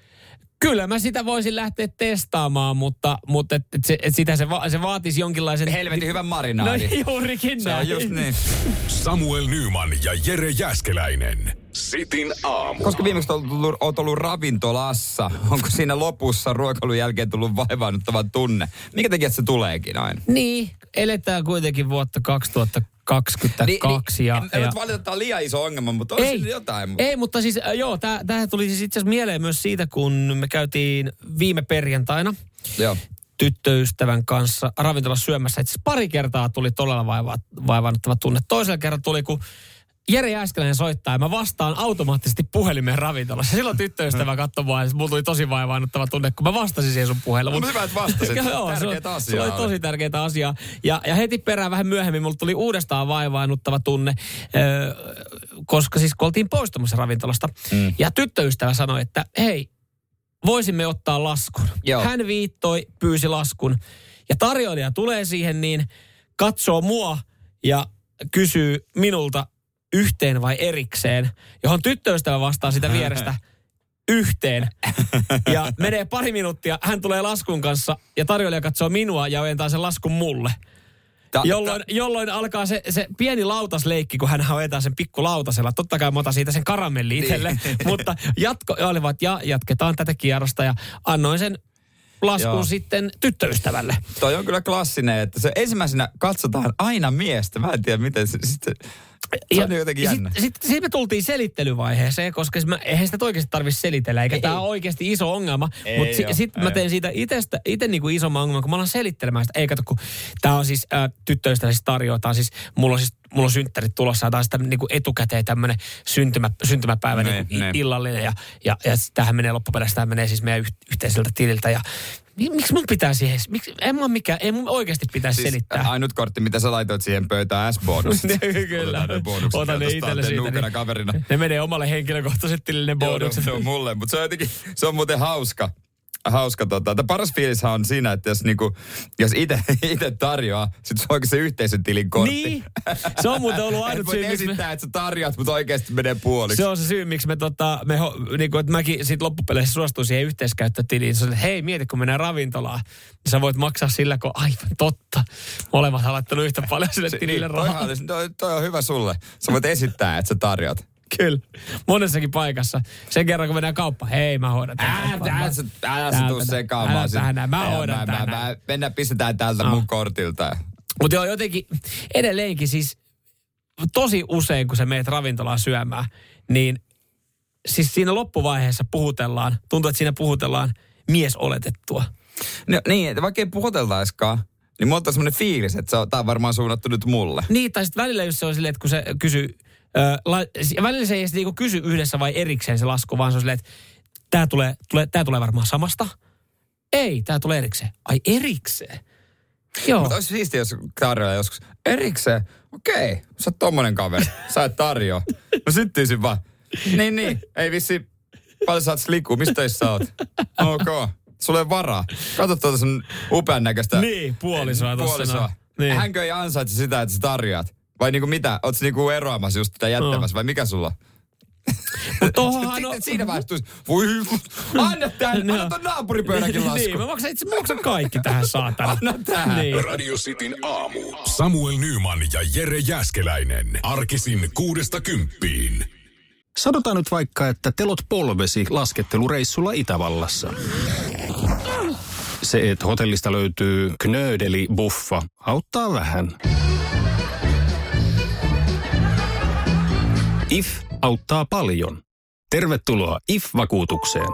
Speaker 5: Kyllä mä sitä voisin lähteä testaamaan, mutta, mutta et, et se, et sitä se, va, se vaatisi jonkinlaisen...
Speaker 4: Helvetin hyvän marinaadin.
Speaker 5: No juurikin
Speaker 4: se
Speaker 5: näin.
Speaker 4: on just niin.
Speaker 3: Samuel Nyman ja Jere Jääskeläinen. Sitin aamu.
Speaker 4: Koska viimeksi olet ollut, olet ollut ravintolassa, onko siinä lopussa ruokailun jälkeen tullut vaivaannuttava tunne? Mikä tekee, että se tuleekin aina?
Speaker 5: Niin, eletään kuitenkin vuotta kaksituhattakaksikymmentäkaksi.
Speaker 4: Niin,
Speaker 5: ja,
Speaker 4: niin, en,
Speaker 5: ja...
Speaker 4: en valitetaan liian iso ongelma, mutta on ei, siinä jotain. Mutta...
Speaker 5: Ei, mutta siis joo, tämähän tuli siis itse asiassa mieleen myös siitä, kun me käytiin viime perjantaina
Speaker 4: joo.
Speaker 5: tyttöystävän kanssa ravintolassa syömässä. Itse pari kertaa tuli todella vaiva, vaivaannuttava tunne. Toisella kerralla tuli, kun Jere Jääskeläinen soittaa ja mä vastaan automaattisesti puhelimeen ravintolassa. Silloin tyttöystävä katsoi mua ja mulla tuli tosi vaivaannuttava tunne, kun mä vastasin siihen sun puheelle.
Speaker 4: Mutta hyvä, että vastasit.
Speaker 5: Joo,
Speaker 4: tärkeätä asiaa.
Speaker 5: Se oli tosi tärkeää asiaa. Ja, ja heti perään vähän myöhemmin mulla tuli uudestaan vaivaannuttava tunne, öö, koska siis kun oltiin poistumassa ravintolasta. Mm. Ja tyttöystävä sanoi, että hei, voisimme ottaa laskun. Joo. Hän viittoi, pyysi laskun. Ja tarjoilija tulee siihen niin, katsoo mua ja kysyy minulta, yhteen vai erikseen, johon tyttöystävä vastaa sitä vierestä yhteen. Ja menee pari minuuttia, hän tulee laskun kanssa ja tarjoilija katsoo minua ja ojentaa sen laskun mulle. Ta, jolloin, ta. jolloin alkaa se, se pieni lautasleikki, kun hän hoitaa sen pikku lautasella. Totta kai mä otan siitä sen karamelli itselle, mutta jatko, olivat, ja jatketaan tätä kierrosta ja annoin sen laskun Joo. sitten tyttöystävälle.
Speaker 4: Toi on kyllä klassinen, että se ensimmäisenä katsotaan aina miestä. Mä en tiedä, miten se sitten... Se on jotenkin jännä.
Speaker 5: Sitten sit, sit me tultiin selittelyvaiheeseen, koska mä, eihän sitä oikeasti tarvitse selitellä, eikä tämä ole oikeasti iso ongelma. Mutta sitten sit mä teen siitä itestä, ite niinku isomman ongelman, kun mä alan selittelemään sitä. Ei kato, kun tämä on siis äh, tyttöystävä siis tarjoaa. Tää on siis, mulla on siis mulla on synttärit tulossa, tai sitten niin kuin etukäteen tämmöinen syntymä, syntymäpäivä
Speaker 4: Ne,
Speaker 5: niin kuin
Speaker 4: ne.
Speaker 5: illallinen, ja, ja, ja tämähän menee loppupeleissä, tämä menee siis meidän yh, yhteiseltä tililtä, ja miksi mun pitää siihen, miksi, en mä mikään, ei mun oikeasti pitäisi
Speaker 4: Siis
Speaker 5: selittää.
Speaker 4: ainut kortti, mitä sä laitoit siihen pöytään, S-bonus.
Speaker 5: Kyllä.
Speaker 4: Otetaan ne bonukset.
Speaker 5: Ota ne itselle siitä.
Speaker 4: Nuukana
Speaker 5: Niin,
Speaker 4: kaverina.
Speaker 5: ne menee omalle henkilökohtaisesti tilille ne bonukset.
Speaker 4: Se on mulle, mutta se on jotenkin, se on muuten hauska. Hauska tota. Tämä paras fiilishän on siinä, että jos niinku, jos ite, ite tarjoaa, sit se onkin se yhteisön tilin kortti.
Speaker 5: Niin, se on muuten ollut ainut syy,
Speaker 4: miksi
Speaker 5: miksi me...
Speaker 4: esittää, että sä tarjoat, mutta oikeasti menee puoliksi.
Speaker 5: Se on se syy, miksi me, tota, me ho- niinku, että mäkin sit loppupeleissä suostuin siihen yhteiskäyttötiliin. Se on, että hei, mieti, kun mennään ravintolaan, niin sä voit maksaa sillä, kun aivan totta. Molemmat on laittanut yhtä paljon sille
Speaker 4: Se,
Speaker 5: tilille
Speaker 4: niin,
Speaker 5: rahaa.
Speaker 4: toihan, toi, toi on hyvä sulle. Sä voit esittää, että sä tarjoat.
Speaker 5: Kyllä, monessakin paikassa. Sen kerran, kun mennään kauppaan, hei, mä hoidan tämän
Speaker 4: Älä,
Speaker 5: kauppaan.
Speaker 4: älä, sä- älä sä tuu
Speaker 5: Täältä-
Speaker 4: sekaamaan.
Speaker 5: älä
Speaker 4: sit.
Speaker 5: tähän, mä
Speaker 4: Ei,
Speaker 5: hoidan
Speaker 4: mä-
Speaker 5: tämän.
Speaker 4: mä- mä- Mennään, pistetään täältä
Speaker 5: No.
Speaker 4: mun kortilta.
Speaker 5: Mutta joo, jotenkin edelleenkin siis tosi usein, kun sä meet ravintolaan syömään, niin siis siinä loppuvaiheessa puhutellaan, tuntuu, että siinä puhutellaan miesoletettua.
Speaker 4: No, niin, että vaikka ei puhuteltaiskaan, niin mulla on semmoinen fiilis, että se on, tää on varmaan suunnattu nyt mulle.
Speaker 5: Niin, tai sitten välillä just se on silleen, että kun se kysyy, ö, la, ja välillä se ei edes niinku kysy yhdessä vai erikseen se lasku, vaan se on silleen, että tää tulee, tulee, tää tulee varmaan samasta. Ei, tää tulee erikseen. Ai erikseen? Joo.
Speaker 4: Mutta olisi siistiä, jos tarjoaa joskus erikseen. Okei, sä oot tommonen kaveri. Sä et tarjoa. No syttyisin vaan. Niin, niin. Ei vissi. Paljon sä oot slikuu. Mistä töissä sä oot? Ok. Sulla ei varaa. Kato tuota sun upean näköistä
Speaker 5: Niin, puolisoa tossa.
Speaker 4: puolisoa.
Speaker 5: no. Niin.
Speaker 4: Hänkö ei ansaitse sitä, että sä tarjoat? Vai niinku mitä? Oot sä niinku eroamassa just tätä jättämässä? Vai mikä sulla?
Speaker 5: Mut tohonhan
Speaker 4: Sitten
Speaker 5: on...
Speaker 4: siinä vaiheessa tulisi, voi anna tän, anna ton naapuripöydänkin lasku.
Speaker 5: Niin, mä maksan itse maksan kaikki tähän saatana.
Speaker 4: Anna tähän.
Speaker 5: Niin.
Speaker 3: Radio Cityn aamu. Samuel Nyman ja Jere Jääskeläinen. Arkisin kuudesta kymppiin.
Speaker 2: Sanotaan nyt vaikka, että telot polvesi laskettelureissulla Itävallassa. Se, että hotellista löytyy knöydeli-buffa, auttaa vähän. I F auttaa paljon. Tervetuloa I F-vakuutukseen.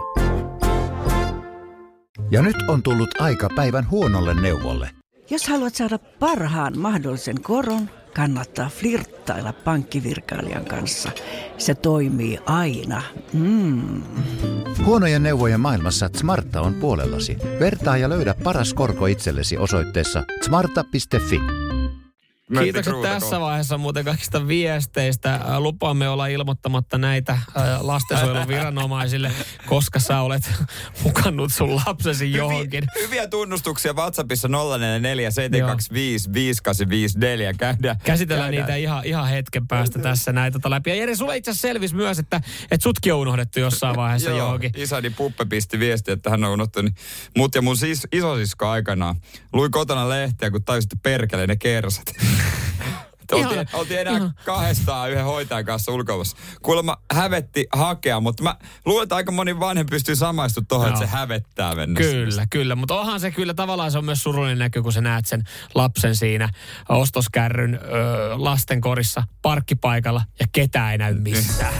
Speaker 6: Ja nyt on tullut aika päivän huonolle neuvolle.
Speaker 7: Jos haluat saada parhaan mahdollisen koron, kannattaa flirttailla pankkivirkailijan kanssa. Se toimii aina. Mm.
Speaker 6: Huonojen neuvojen maailmassa Smarta on puolellasi. Vertaa ja löydä paras korko itsellesi osoitteessa smarta piste fi.
Speaker 5: Kiitokset tässä vaiheessa muuten kaikista viesteistä. Ä, Lupaamme olla ilmoittamatta näitä ä, lastensuojelun viranomaisille, koska sä olet hukannut sun lapsesi johonkin.
Speaker 4: Hyviä, hyviä tunnustuksia WhatsAppissa nolla neljä neljä seitsemän kaksi viisi viisi kahdeksan viisi neljä. Käydään.
Speaker 5: Käsitellään
Speaker 4: käydään.
Speaker 5: niitä ihan, ihan hetken päästä tässä näitä tota läpi. Ja Jere, sulle itse asiassa selvisi myös, että, että sutkin on unohdettu jossain vaiheessa
Speaker 4: Joo,
Speaker 5: johonkin.
Speaker 4: isäni Puppe pisti viestiä, että hän on unohtanut. Mut ja mun sis, isosisko aikanaan lui kotona lehteä, kun tajusitte perkele ne kersat. Oltiin,
Speaker 5: Ihan-
Speaker 4: oltiin enää
Speaker 5: ihan.
Speaker 4: kahdestaan yhden hoitajan kanssa ulkoilmassa. Kuulemma hävetti hakea, mutta mä luulen, että aika moni vanhempi pystyy samaistumaan tuohon, että se
Speaker 5: Joo.
Speaker 4: hävettää mennä.
Speaker 5: Kyllä, kyllä. Mutta onhan se kyllä tavallaan se on myös surullinen näky, kun sä näet sen lapsen siinä ostoskärryn ö, lastenkorissa parkkipaikalla ja ketään ei näy missään.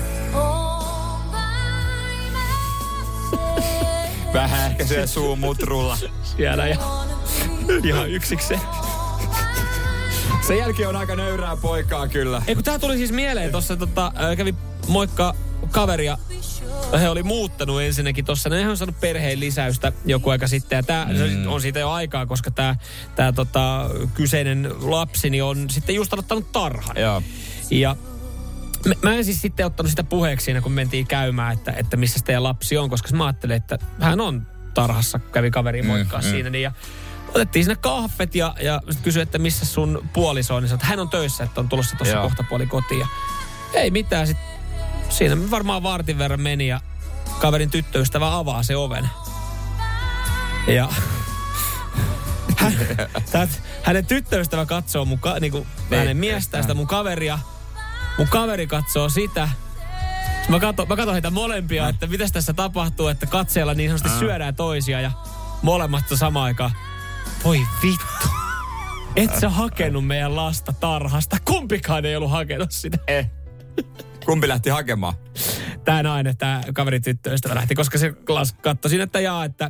Speaker 4: Vähän ehkä siellä suumutrulla.
Speaker 5: Siellä ja ihan yksikseen.
Speaker 4: Sen jälkeen on aika nöyrää poikaa kyllä.
Speaker 5: Ei kun tää tuli siis mieleen tossa tota, ö, kävi moikka kaveria. He oli muuttanut ensinnäkin tossa. Ne on saanut perheen lisäystä joku aika sitten. Ja tää mm. on siitä jo aikaa, koska tää, tää tota, kyseinen lapsini on sitten just aloittanut tarhan.
Speaker 4: Joo.
Speaker 5: Ja mä, mä en siis sitten ottanut sitä puheeksi siinä, kun mentiin käymään, että, että missä teidän lapsi on, koska mä ajattelin, että hän on tarhassa, kävi kaveri moikkaa mm, siinä. Niin, ja otettiin sinne kahvet ja, ja sitten kysyi, että missä sun puoliso on. Niin sanoi, että hän on töissä, että on tulossa tuossa
Speaker 4: Joo.
Speaker 5: kohta puoli kotiin. Ja ei mitään, sit siinä varmaan vartin verran meni ja kaverin tyttöystävä avaa se oven. Ja hän, tät, hänen tyttöystävä katsoo mun, ka, niinku, hänen miestään sitä mun kaveria. Mun kaveri katsoo sitä. Mä katson, mä katson heitä molempia, että mitäs tässä tapahtuu, että katseella niin sanotusti syödään toisia ja molemmat samaan aikaan. Voi vittu. Et sä hakenut meidän lasta tarhasta. Kumpikaan ei ollut hakenut sitä.
Speaker 4: Eh. Kumpi lähti hakemaan?
Speaker 5: Tää nainen, tää kaveri tyttöystävä lähti, koska se katsoi siinä, että jaa, että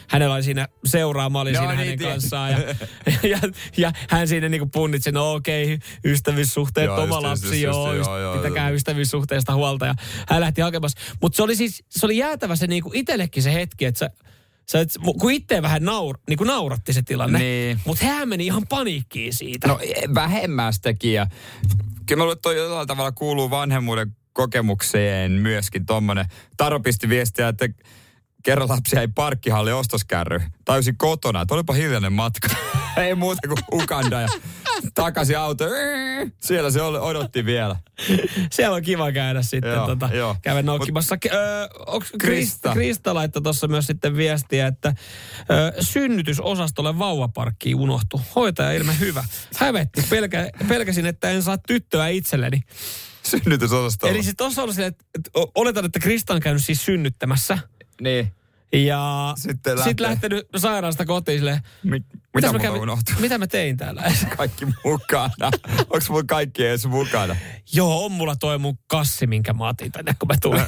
Speaker 5: hänellä oli siinä seuraa, mä olin
Speaker 4: no,
Speaker 5: siinä
Speaker 4: niin,
Speaker 5: hänen
Speaker 4: tiedä.
Speaker 5: kanssaan. Ja, ja, ja hän siinä niinku punnitsi, no okei, okay, ystävyyssuhteet,
Speaker 4: Joo,
Speaker 5: oma
Speaker 4: just,
Speaker 5: lapsi,
Speaker 4: just,
Speaker 5: joo,
Speaker 4: just,
Speaker 5: just,
Speaker 4: joo, joo,
Speaker 5: pitäkää
Speaker 4: joo.
Speaker 5: ystävyyssuhteesta huolta. Ja hän lähti hakemassa. Mutta se oli siis, se oli jäätävä se niinku itsellekin se hetki, että sä, sä et, kun itse vähän naur, niinku nauratti se tilanne,
Speaker 4: niin.
Speaker 5: mutta hän meni ihan paniikkiin siitä.
Speaker 4: No vähemmästäkin ja kyllä mä luulen, että toi jollain tavalla kuuluu vanhemmuuden kokemukseen myöskin tommonen. Taro pisti viestiä, että kerran lapsi jäi parkkihalli ostoskärry. Tajusin kotona, että olipa hiljainen matka. Ei muuta kuin Uganda ja takaisin auto. Siellä se odotti vielä.
Speaker 5: Siellä on kiva käydä sitten
Speaker 4: Joo,
Speaker 5: tota,
Speaker 4: joo.
Speaker 5: käydä noukkimassa. Öö, onks
Speaker 4: Krista.
Speaker 5: Krista, Krista laittoi tuossa myös sitten viestiä, että öö, synnytysosastolle vauvaparkkiin unohtu. Hoitaja ilme hyvä. Hävetti. Pelkä, pelkäsin, että en saa tyttöä itselleni.
Speaker 4: Synnytysosastolla.
Speaker 5: Eli siis tuossa oli silleen, että, että oletan, että Krista on käynyt siis synnyttämässä.
Speaker 4: Niin.
Speaker 5: Ja
Speaker 4: Sitten
Speaker 5: sit lähtenyt sairaalasta kotiin silleen,
Speaker 4: Mi- mitä
Speaker 5: mä
Speaker 4: mulla unohtuu?
Speaker 5: mitä mä tein täällä?
Speaker 4: Kaikki mukana. Onks mulla kaikki edes mukana?
Speaker 5: Joo, on mulla toi mun kassi, minkä mä otin tänne, kun mä tulin.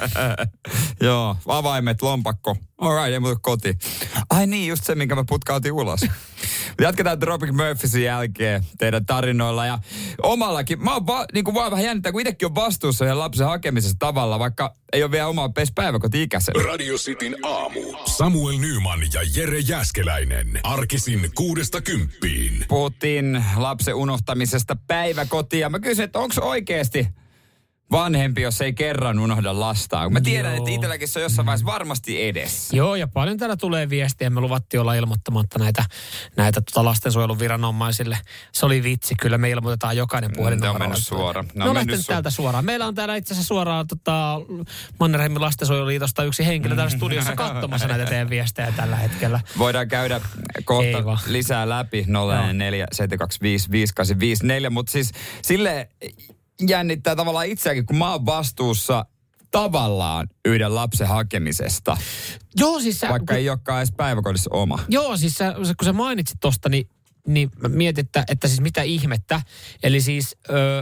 Speaker 4: Joo, avaimet, lompakko. All right, ei muuta koti. Ai niin, just se, minkä mä putkautin ulos. Jatketaan Tropic Murphysin jälkeen teidän tarinoilla ja omallakin. Mä oon va, niin kuin vaan vähän jännittää, kun itsekin on vastuussa yhden lapsen hakemisessa tavalla, vaikka ei ole vielä omaa pes päiväkoti-ikäisen.
Speaker 3: Radio Cityn aamu. Samuel Nyman ja Jere Jääskeläinen. Arkisin kuudesta kymppiin.
Speaker 4: Puhuttiin lapsen unohtamisesta päiväkotiin. Mä kysyin, että onko oikeasti vanhempi, jos ei kerran unohda lastaan? Mä tiedän,
Speaker 5: Joo.
Speaker 4: että itselläkin se on jossain vaiheessa varmasti edessä.
Speaker 5: Joo, ja paljon täällä tulee viestiä. Me luvattiin olla ilmoittamatta näitä, näitä tota lastensuojelun viranomaisille. Se oli vitsi, kyllä me ilmoitetaan jokainen puhelin.
Speaker 4: Ne on mennyt suoraan.
Speaker 5: Ne on lähtenyt täältä suoraan. Meillä on täällä itse asiassa suoraan tota, Mannerheimin lastensuojeluliitosta yksi henkilö täällä studiossa katsomassa näitä teidän viestejä tällä hetkellä.
Speaker 4: Voidaan käydä kohta lisää läpi nolla neljä seitsemän kaksi viisi viisi kahdeksan viisi neljä, mutta siis sille jännittää tavallaan itseäkin, kun mä oon vastuussa tavallaan yhden lapsen hakemisesta.
Speaker 5: Joo, siis sä,
Speaker 4: vaikka
Speaker 5: kun,
Speaker 4: ei olekaan edes päiväkodissa oma.
Speaker 5: Joo, siis sä, kun sä mainitsit tosta, niin, niin mä mietin, että, että siis mitä ihmettä. Eli siis ö,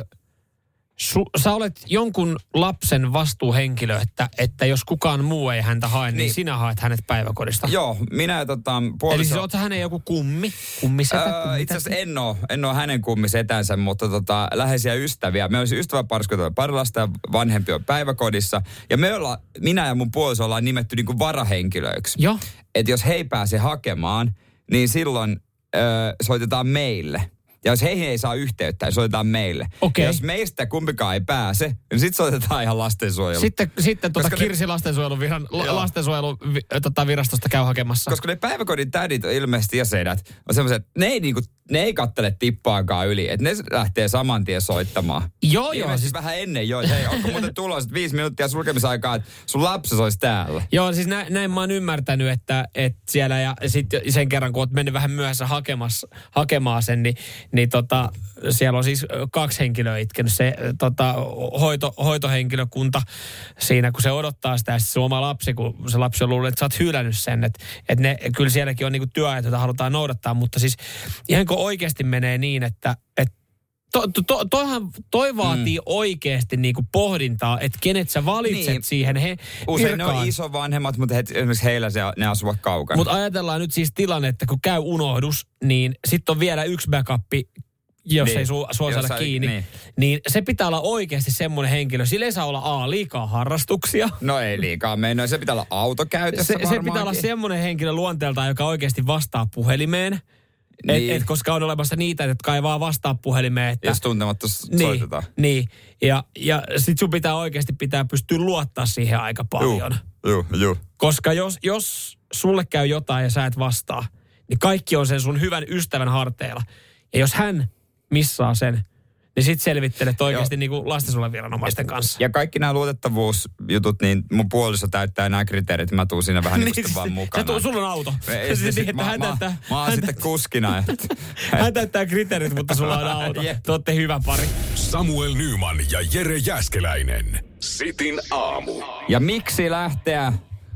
Speaker 5: su, sä olet jonkun lapsen vastuuhenkilö, että, että jos kukaan muu ei häntä hae, niin, niin sinä haet hänet päiväkodista.
Speaker 4: Joo, minä ja tota, puoliso...
Speaker 5: Eli siis oot sä hänen joku kummi? Kummisetä?
Speaker 4: Öö, itse asiassa en ole, en ole hänen kummisetänsä, mutta tota, läheisiä ystäviä. Me olisi ystäväpariskunta, pari lasta ja vanhempi on päiväkodissa. Ja me ollaan, minä ja mun puoliso ollaan nimetty niinku varahenkilöiksi.
Speaker 5: Joo.
Speaker 4: Että jos he ei pääse hakemaan, niin silloin öö, soitetaan meille. Ja jos heihin ei saa yhteyttä, niin soitetaan meille.
Speaker 5: Okay.
Speaker 4: Ja jos meistä kumpikaan ei pääse, niin sitten soitetaan ihan lastensuojelu.
Speaker 5: Sitten, sitten tuota
Speaker 4: ne,
Speaker 5: Kirsi lastensuojeluviran, lastensuojeluvirastosta tota virastosta käy hakemassa.
Speaker 4: Koska ne päiväkodin tädit on ilmeisesti ja sedät on semmoiset, ne ei, niinku, ne ei kattele tippaakaan yli. Että ne lähtee saman tien soittamaan.
Speaker 5: Joo, joo.
Speaker 4: Siis vähän ennen jo. Hei, onko muuten tulossa viisi minuuttia sulkemisaikaa, että sun lapsi olisi täällä?
Speaker 5: Joo, siis näin, näin mä oon ymmärtänyt, että, että siellä ja sitten sen kerran, kun oot mennyt vähän myöhässä hakemassa, hakemaan sen, niin, niin tota, siellä on siis kaksi henkilöä itkenyt. Se tota, hoito, hoitohenkilökunta siinä, kun se odottaa sitä, ja se oma lapsi, kun se lapsi on luullut, että sä oot hylännyt sen. Että, että ne, kyllä sielläkin on niinku työajat, joita halutaan noudattaa, mutta siis ihan kun oikeasti menee niin, että, että To, to, to, toihan, toi vaatii mm. oikeasti niinku pohdintaa, että kenet sä valitset niin. siihen he,
Speaker 4: usein
Speaker 5: virkaan.
Speaker 4: ne on isovanhemmat, mutta he, esimerkiksi heillä se, ne asuvat kaukana.
Speaker 5: Mutta ajatellaan nyt siis tilanne, että kun käy unohdus, niin sitten on vielä yksi backuppi, jos niin. ei su, sua saada kiinni. Niin. niin se pitää olla oikeasti semmoinen henkilö. Sillä ei saa olla A, liikaa harrastuksia.
Speaker 4: No ei liikaa mennä. Se pitää olla autokäytössä
Speaker 5: se, se pitää olla semmoinen henkilö luonteeltaan, joka oikeasti vastaa puhelimeen. Niin. Et, et, koska on olemassa niitä, jotka ei vaan vastaa puhelimeen. Että,
Speaker 4: jos tuntematta
Speaker 5: niin,
Speaker 4: soitetaan.
Speaker 5: Niin, ja, ja sit sun pitää oikeasti pitää pystyä luottaa siihen aika paljon.
Speaker 4: Joo, joo.
Speaker 5: Koska jos, jos sulle käy jotain ja sä et vastaa, niin kaikki on sen sun hyvän ystävän harteilla. Ja jos hän missaa sen, niin sit selvittelet oikeasti niin kuin lastensuojeluviranomaisten kanssa.
Speaker 4: Ja kaikki nämä luotettavuusjutut, niin mun puoliso täyttää nämä kriteerit. Mä tuun siinä vähän niin kuin vaan mukana.
Speaker 5: Tuu, sulla on auto.
Speaker 4: Ei, siis, niin, mä, hän mä, täyttää, mä, mä oon sitten kuskina. Että,
Speaker 5: hän täyttää kriteerit, mutta sulla on auto. Te ootte hyvä pari.
Speaker 3: Samuel Nyman ja Jere Jääskeläinen. Cityn aamu.
Speaker 4: Ja miksi lähteä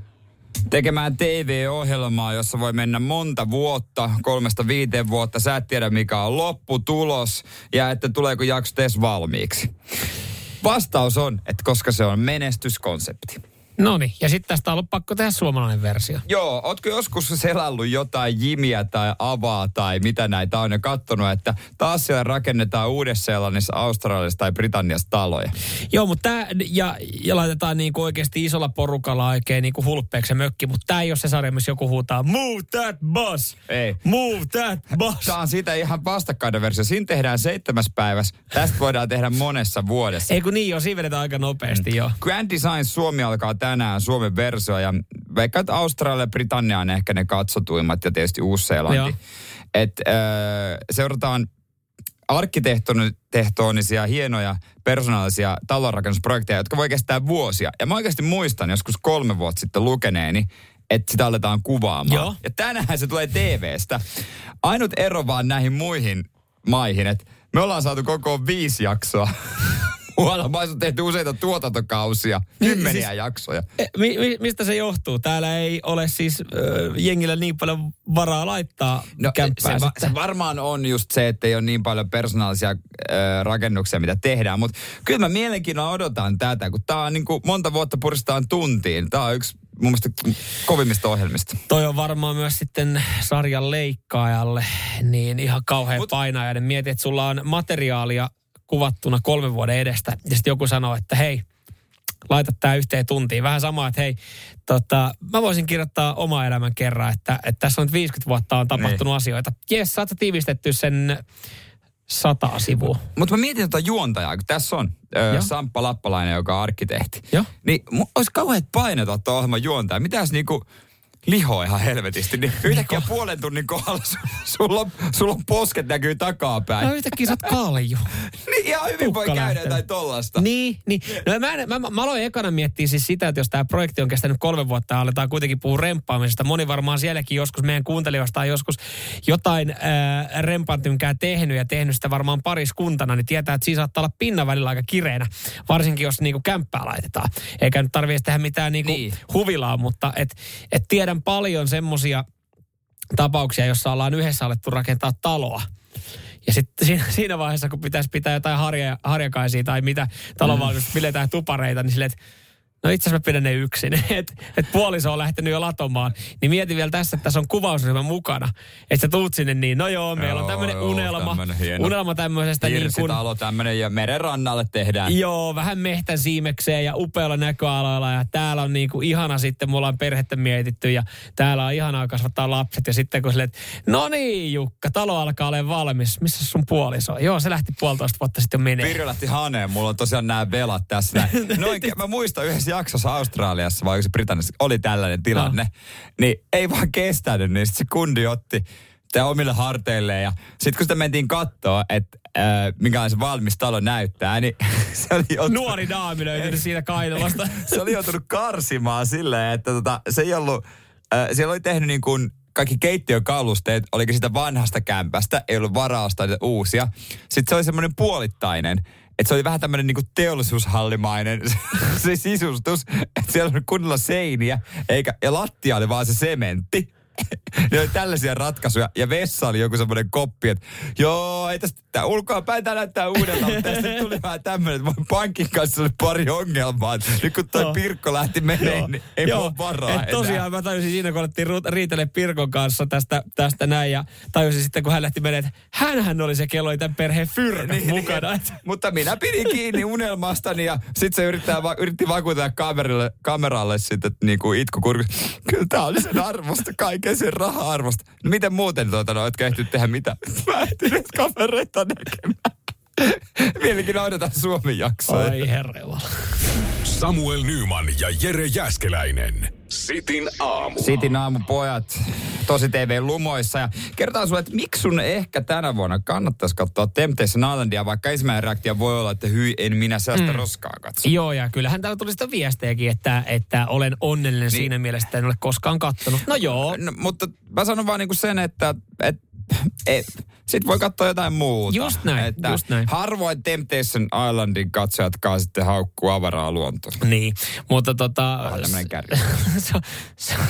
Speaker 4: tekemään T V-ohjelmaa, jossa voi mennä monta vuotta, kolmesta viiteen vuotta. Sä et tiedä, mikä on lopputulos ja että tuleeko jakso edes valmiiksi. Vastaus on, että koska se on menestyskonsepti.
Speaker 5: Noniin, ja sitten tästä on ollut pakko tehdä suomalainen versio.
Speaker 4: Joo, ootko joskus selannut jotain Jimiä tai Avaa tai mitä näitä on ja kattonut, että taas siellä rakennetaan Uudessa-Seelannissa, Australiassa tai Britanniassa taloja?
Speaker 5: Joo, mutta tämä, ja, ja laitetaan niinku oikeasti isolla porukalla oikein niinku hulppeeksi se mökki, mutta tämä ei ole se sarja, missä joku huutaa, move that bus!
Speaker 4: Ei.
Speaker 5: Move that bus!
Speaker 4: Tämä on siitä ihan vastakkainen versio. Siinä tehdään seitsemäs päivässä. Tästä voidaan tehdä monessa vuodessa.
Speaker 5: Ei kun niin, jo, siinä vedetään aika nopeasti, mm. joo.
Speaker 4: Grand Design Suomi alkaa tänään, Suomen versio, ja vaikka että Australia ja Britannia on ehkä ne katsotuimmat, ja tietysti Uusi-Seelanti. Että äh, seurataan arkkitehtonisia, hienoja, persoonallisia talonrakennusprojekteja, jotka voi kestää vuosia. Ja mä oikeasti muistan joskus kolme vuotta sitten lukeneeni, että sitä aletaan kuvaamaan.
Speaker 5: Joo.
Speaker 4: Ja tänään se tulee T V:stä. Ainut ero vaan näihin muihin maihin, että me ollaan saatu koko viisi jaksoa. Muualla maissa on tehty useita tuotantokausia, kymmeniä siis, jaksoja.
Speaker 5: Mi, mi, mistä se johtuu? Täällä ei ole siis äh, jengillä niin paljon varaa laittaa
Speaker 4: no,
Speaker 5: kämppää.
Speaker 4: Se, va, se varmaan on just se, että ei ole niin paljon persoonallisia äh, rakennuksia, mitä tehdään. Mutta kyllä mä mielenkiinnolla odotan tätä, kun tää on niin kuin monta vuotta puristaan tuntiin. Tää on yksi mun mielestä kovimmista ohjelmista.
Speaker 5: Toi on varmaan myös sitten sarjan leikkaajalle niin ihan kauhean Mut, painajainen. Mieti, että sulla on materiaalia kuvattuna kolmen vuoden edestä. Ja sitten joku sanoo, että hei, laita tää yhteen tuntiin. Vähän sama, että hei, tota, mä voisin kirjoittaa oma elämän kerran, että, että tässä on nyt viisikymmentä vuotta on tapahtunut niin asioita. Jes, saat sä tiivistetty sen sata sivua.
Speaker 4: Mutta mä mietin tota juontajaa, kun tässä on ö, Samppa Lappalainen, joka on arkkitehti.
Speaker 5: Joo.
Speaker 4: Niin olisi kauheat paineet ottaa ohjelman juontaja. Mitäs niinku liho ihan helvetisti, niin yhtäkkiä puolen tunnin kohdalla sulla on, sulla on posket näkyy takapäin.
Speaker 5: No yhtäkkiä sä oot kalju.
Speaker 4: Niin ihan hyvin Tukka voi käydä lähtenyt. Jotain tollasta.
Speaker 5: Niin, niin. No mä, mä, mä, mä aloin ekana miettiä siis sitä, että jos tämä projekti on kestänyt kolme vuotta ja aletaan kuitenkin puhua remppaamisesta. Moni varmaan sielläkin joskus meidän kuuntelijoista on joskus jotain ää, rempantymkää tehnyt ja tehnyt sitä varmaan pariskuntana, niin tietää, että siinä saattaa olla pinnan välillä aika kireänä. Varsinkin jos niinku kämppää laitetaan. Eikä nyt tarvitse tehdä mitään niinku niin huvilaa, mutta et, et tiedän paljon semmoisia tapauksia, jossa ollaan yhdessä alettu rakentaa taloa. Ja sitten siinä, siinä vaiheessa, kun pitäisi pitää jotain harja, harjakaisia tai mitä talonvalmistusta, pidetään tupareita, niin silleen, että no itse asiassa mä pidän ne yksin. Että et puoliso on lähtenyt jo latomaan. Niin mietin vielä tässä, että tässä on kuvausryhmä mukana. Että sä tuut sinne niin, no joo, meillä joo, on tämmöinen unelma. Tämmönen hieno unelma tämmöisestä niin kuin
Speaker 4: hirsitalo tämmöinen ja meren rannalle tehdään.
Speaker 5: Joo, vähän mehtän siimekseen ja upealla näköaloilla. Ja täällä on niin kuin ihana sitten, me ollaan perhettä mietitty ja täällä on ihanaa kasvattaa lapset. Ja sitten kun silleen, että no niin Jukka, talo alkaa olla valmis. Missä sun puoliso? Joo, se lähti puolitoista vuotta sitten menee.
Speaker 4: Pirjo lähti haneen, mulla on tosiaan nämä velat tässä näin. Noin, mä muistan yhdessä jaksossa Australiassa, vai se Britanniassa, oli tällainen tilanne. No. Niin ei vaan kestänyt, niin sitten se kundi otti tämä omille harteilleen. Ja sitten kun sitä mentiin katsoa, että äh, minkälainen se valmis talo näyttää, niin se oli joutunut...
Speaker 5: Nuori daami löytynyt siitä kainalosta.
Speaker 4: Se oli joutunut karsimaan silleen, että tota, se ei ollut... Äh, siellä oli tehnyt niin kuin kaikki keittiökalusteet, oliko sitä vanhasta kämpästä, ei ollut varausta uusia. Sitten se oli semmoinen puolittainen. Että se oli vähän tämmöinen niinku teollisuushallimainen se sisustus, että siellä on kunnolla seiniä, eikä, ja lattia oli vaan se sementti. Ne oli tällaisia ratkaisuja, ja vessa oli joku semmoinen koppi, että joo, ei tästä, tää ulkoa päin tää näyttää uudelta, mutta tästä tuli vähän tämmöinen, että pankin kanssa oli pari ongelmaa. Nyt kun toi no. Pirkko lähti meneen, niin ei joo. Ole varaa enää.
Speaker 5: Tosiaan mä tajusin siinä, kun alettiin riitelle Pirkon kanssa tästä, tästä näin, ja tajusin sitten, kun hän lähti meneen, että hänhän oli se, kello oli tämän perheen fyrkät niin, mukana. Niin,
Speaker 4: mutta minä pidin kiinni unelmastani, ja sitten se yrittää, yritti vakuuttaa kameralle, kameralle sitten niin kuin itkukurku. Kyllä tää oli sen arvosta, kaiken sen raha-arvosta. No miten muuten, tuota, no, etkä ehtinyt tehdä mitään? Mä ehtinyt kavereita näkemään. Vieläkin odotan Suomen jaksoa.
Speaker 5: Ai herrella.
Speaker 3: Samuel Nyman ja Jere Jääskeläinen. Sitin aamu.
Speaker 4: Sitin aamupojat. Tosi T V lumoissa. Ja kertaan sulle, että miksi sun ehkä tänä vuonna kannattaisi katsoa Temptation Islandia, vaikka ensimmäinen reaktio voi olla, että hyi, en minä sellaista mm. roskaa katso.
Speaker 5: Joo, ja kyllähän täällä tuli sitä viestejäkin, että, että olen onnellinen niin siinä mielessä, että en ole koskaan kattonut. No joo.
Speaker 4: No, mutta mä sanon vaan niinku sen, että... että Et, sit voi katsoa jotain muuta.
Speaker 5: Just näin,
Speaker 4: että
Speaker 5: just näin.
Speaker 4: Harvoin Temptation Islandin katsojatkaan sitten haukkuu avaraa luontoa.
Speaker 5: Niin, mutta tota...
Speaker 4: Vähän tämmönen kärjä.
Speaker 5: se, se,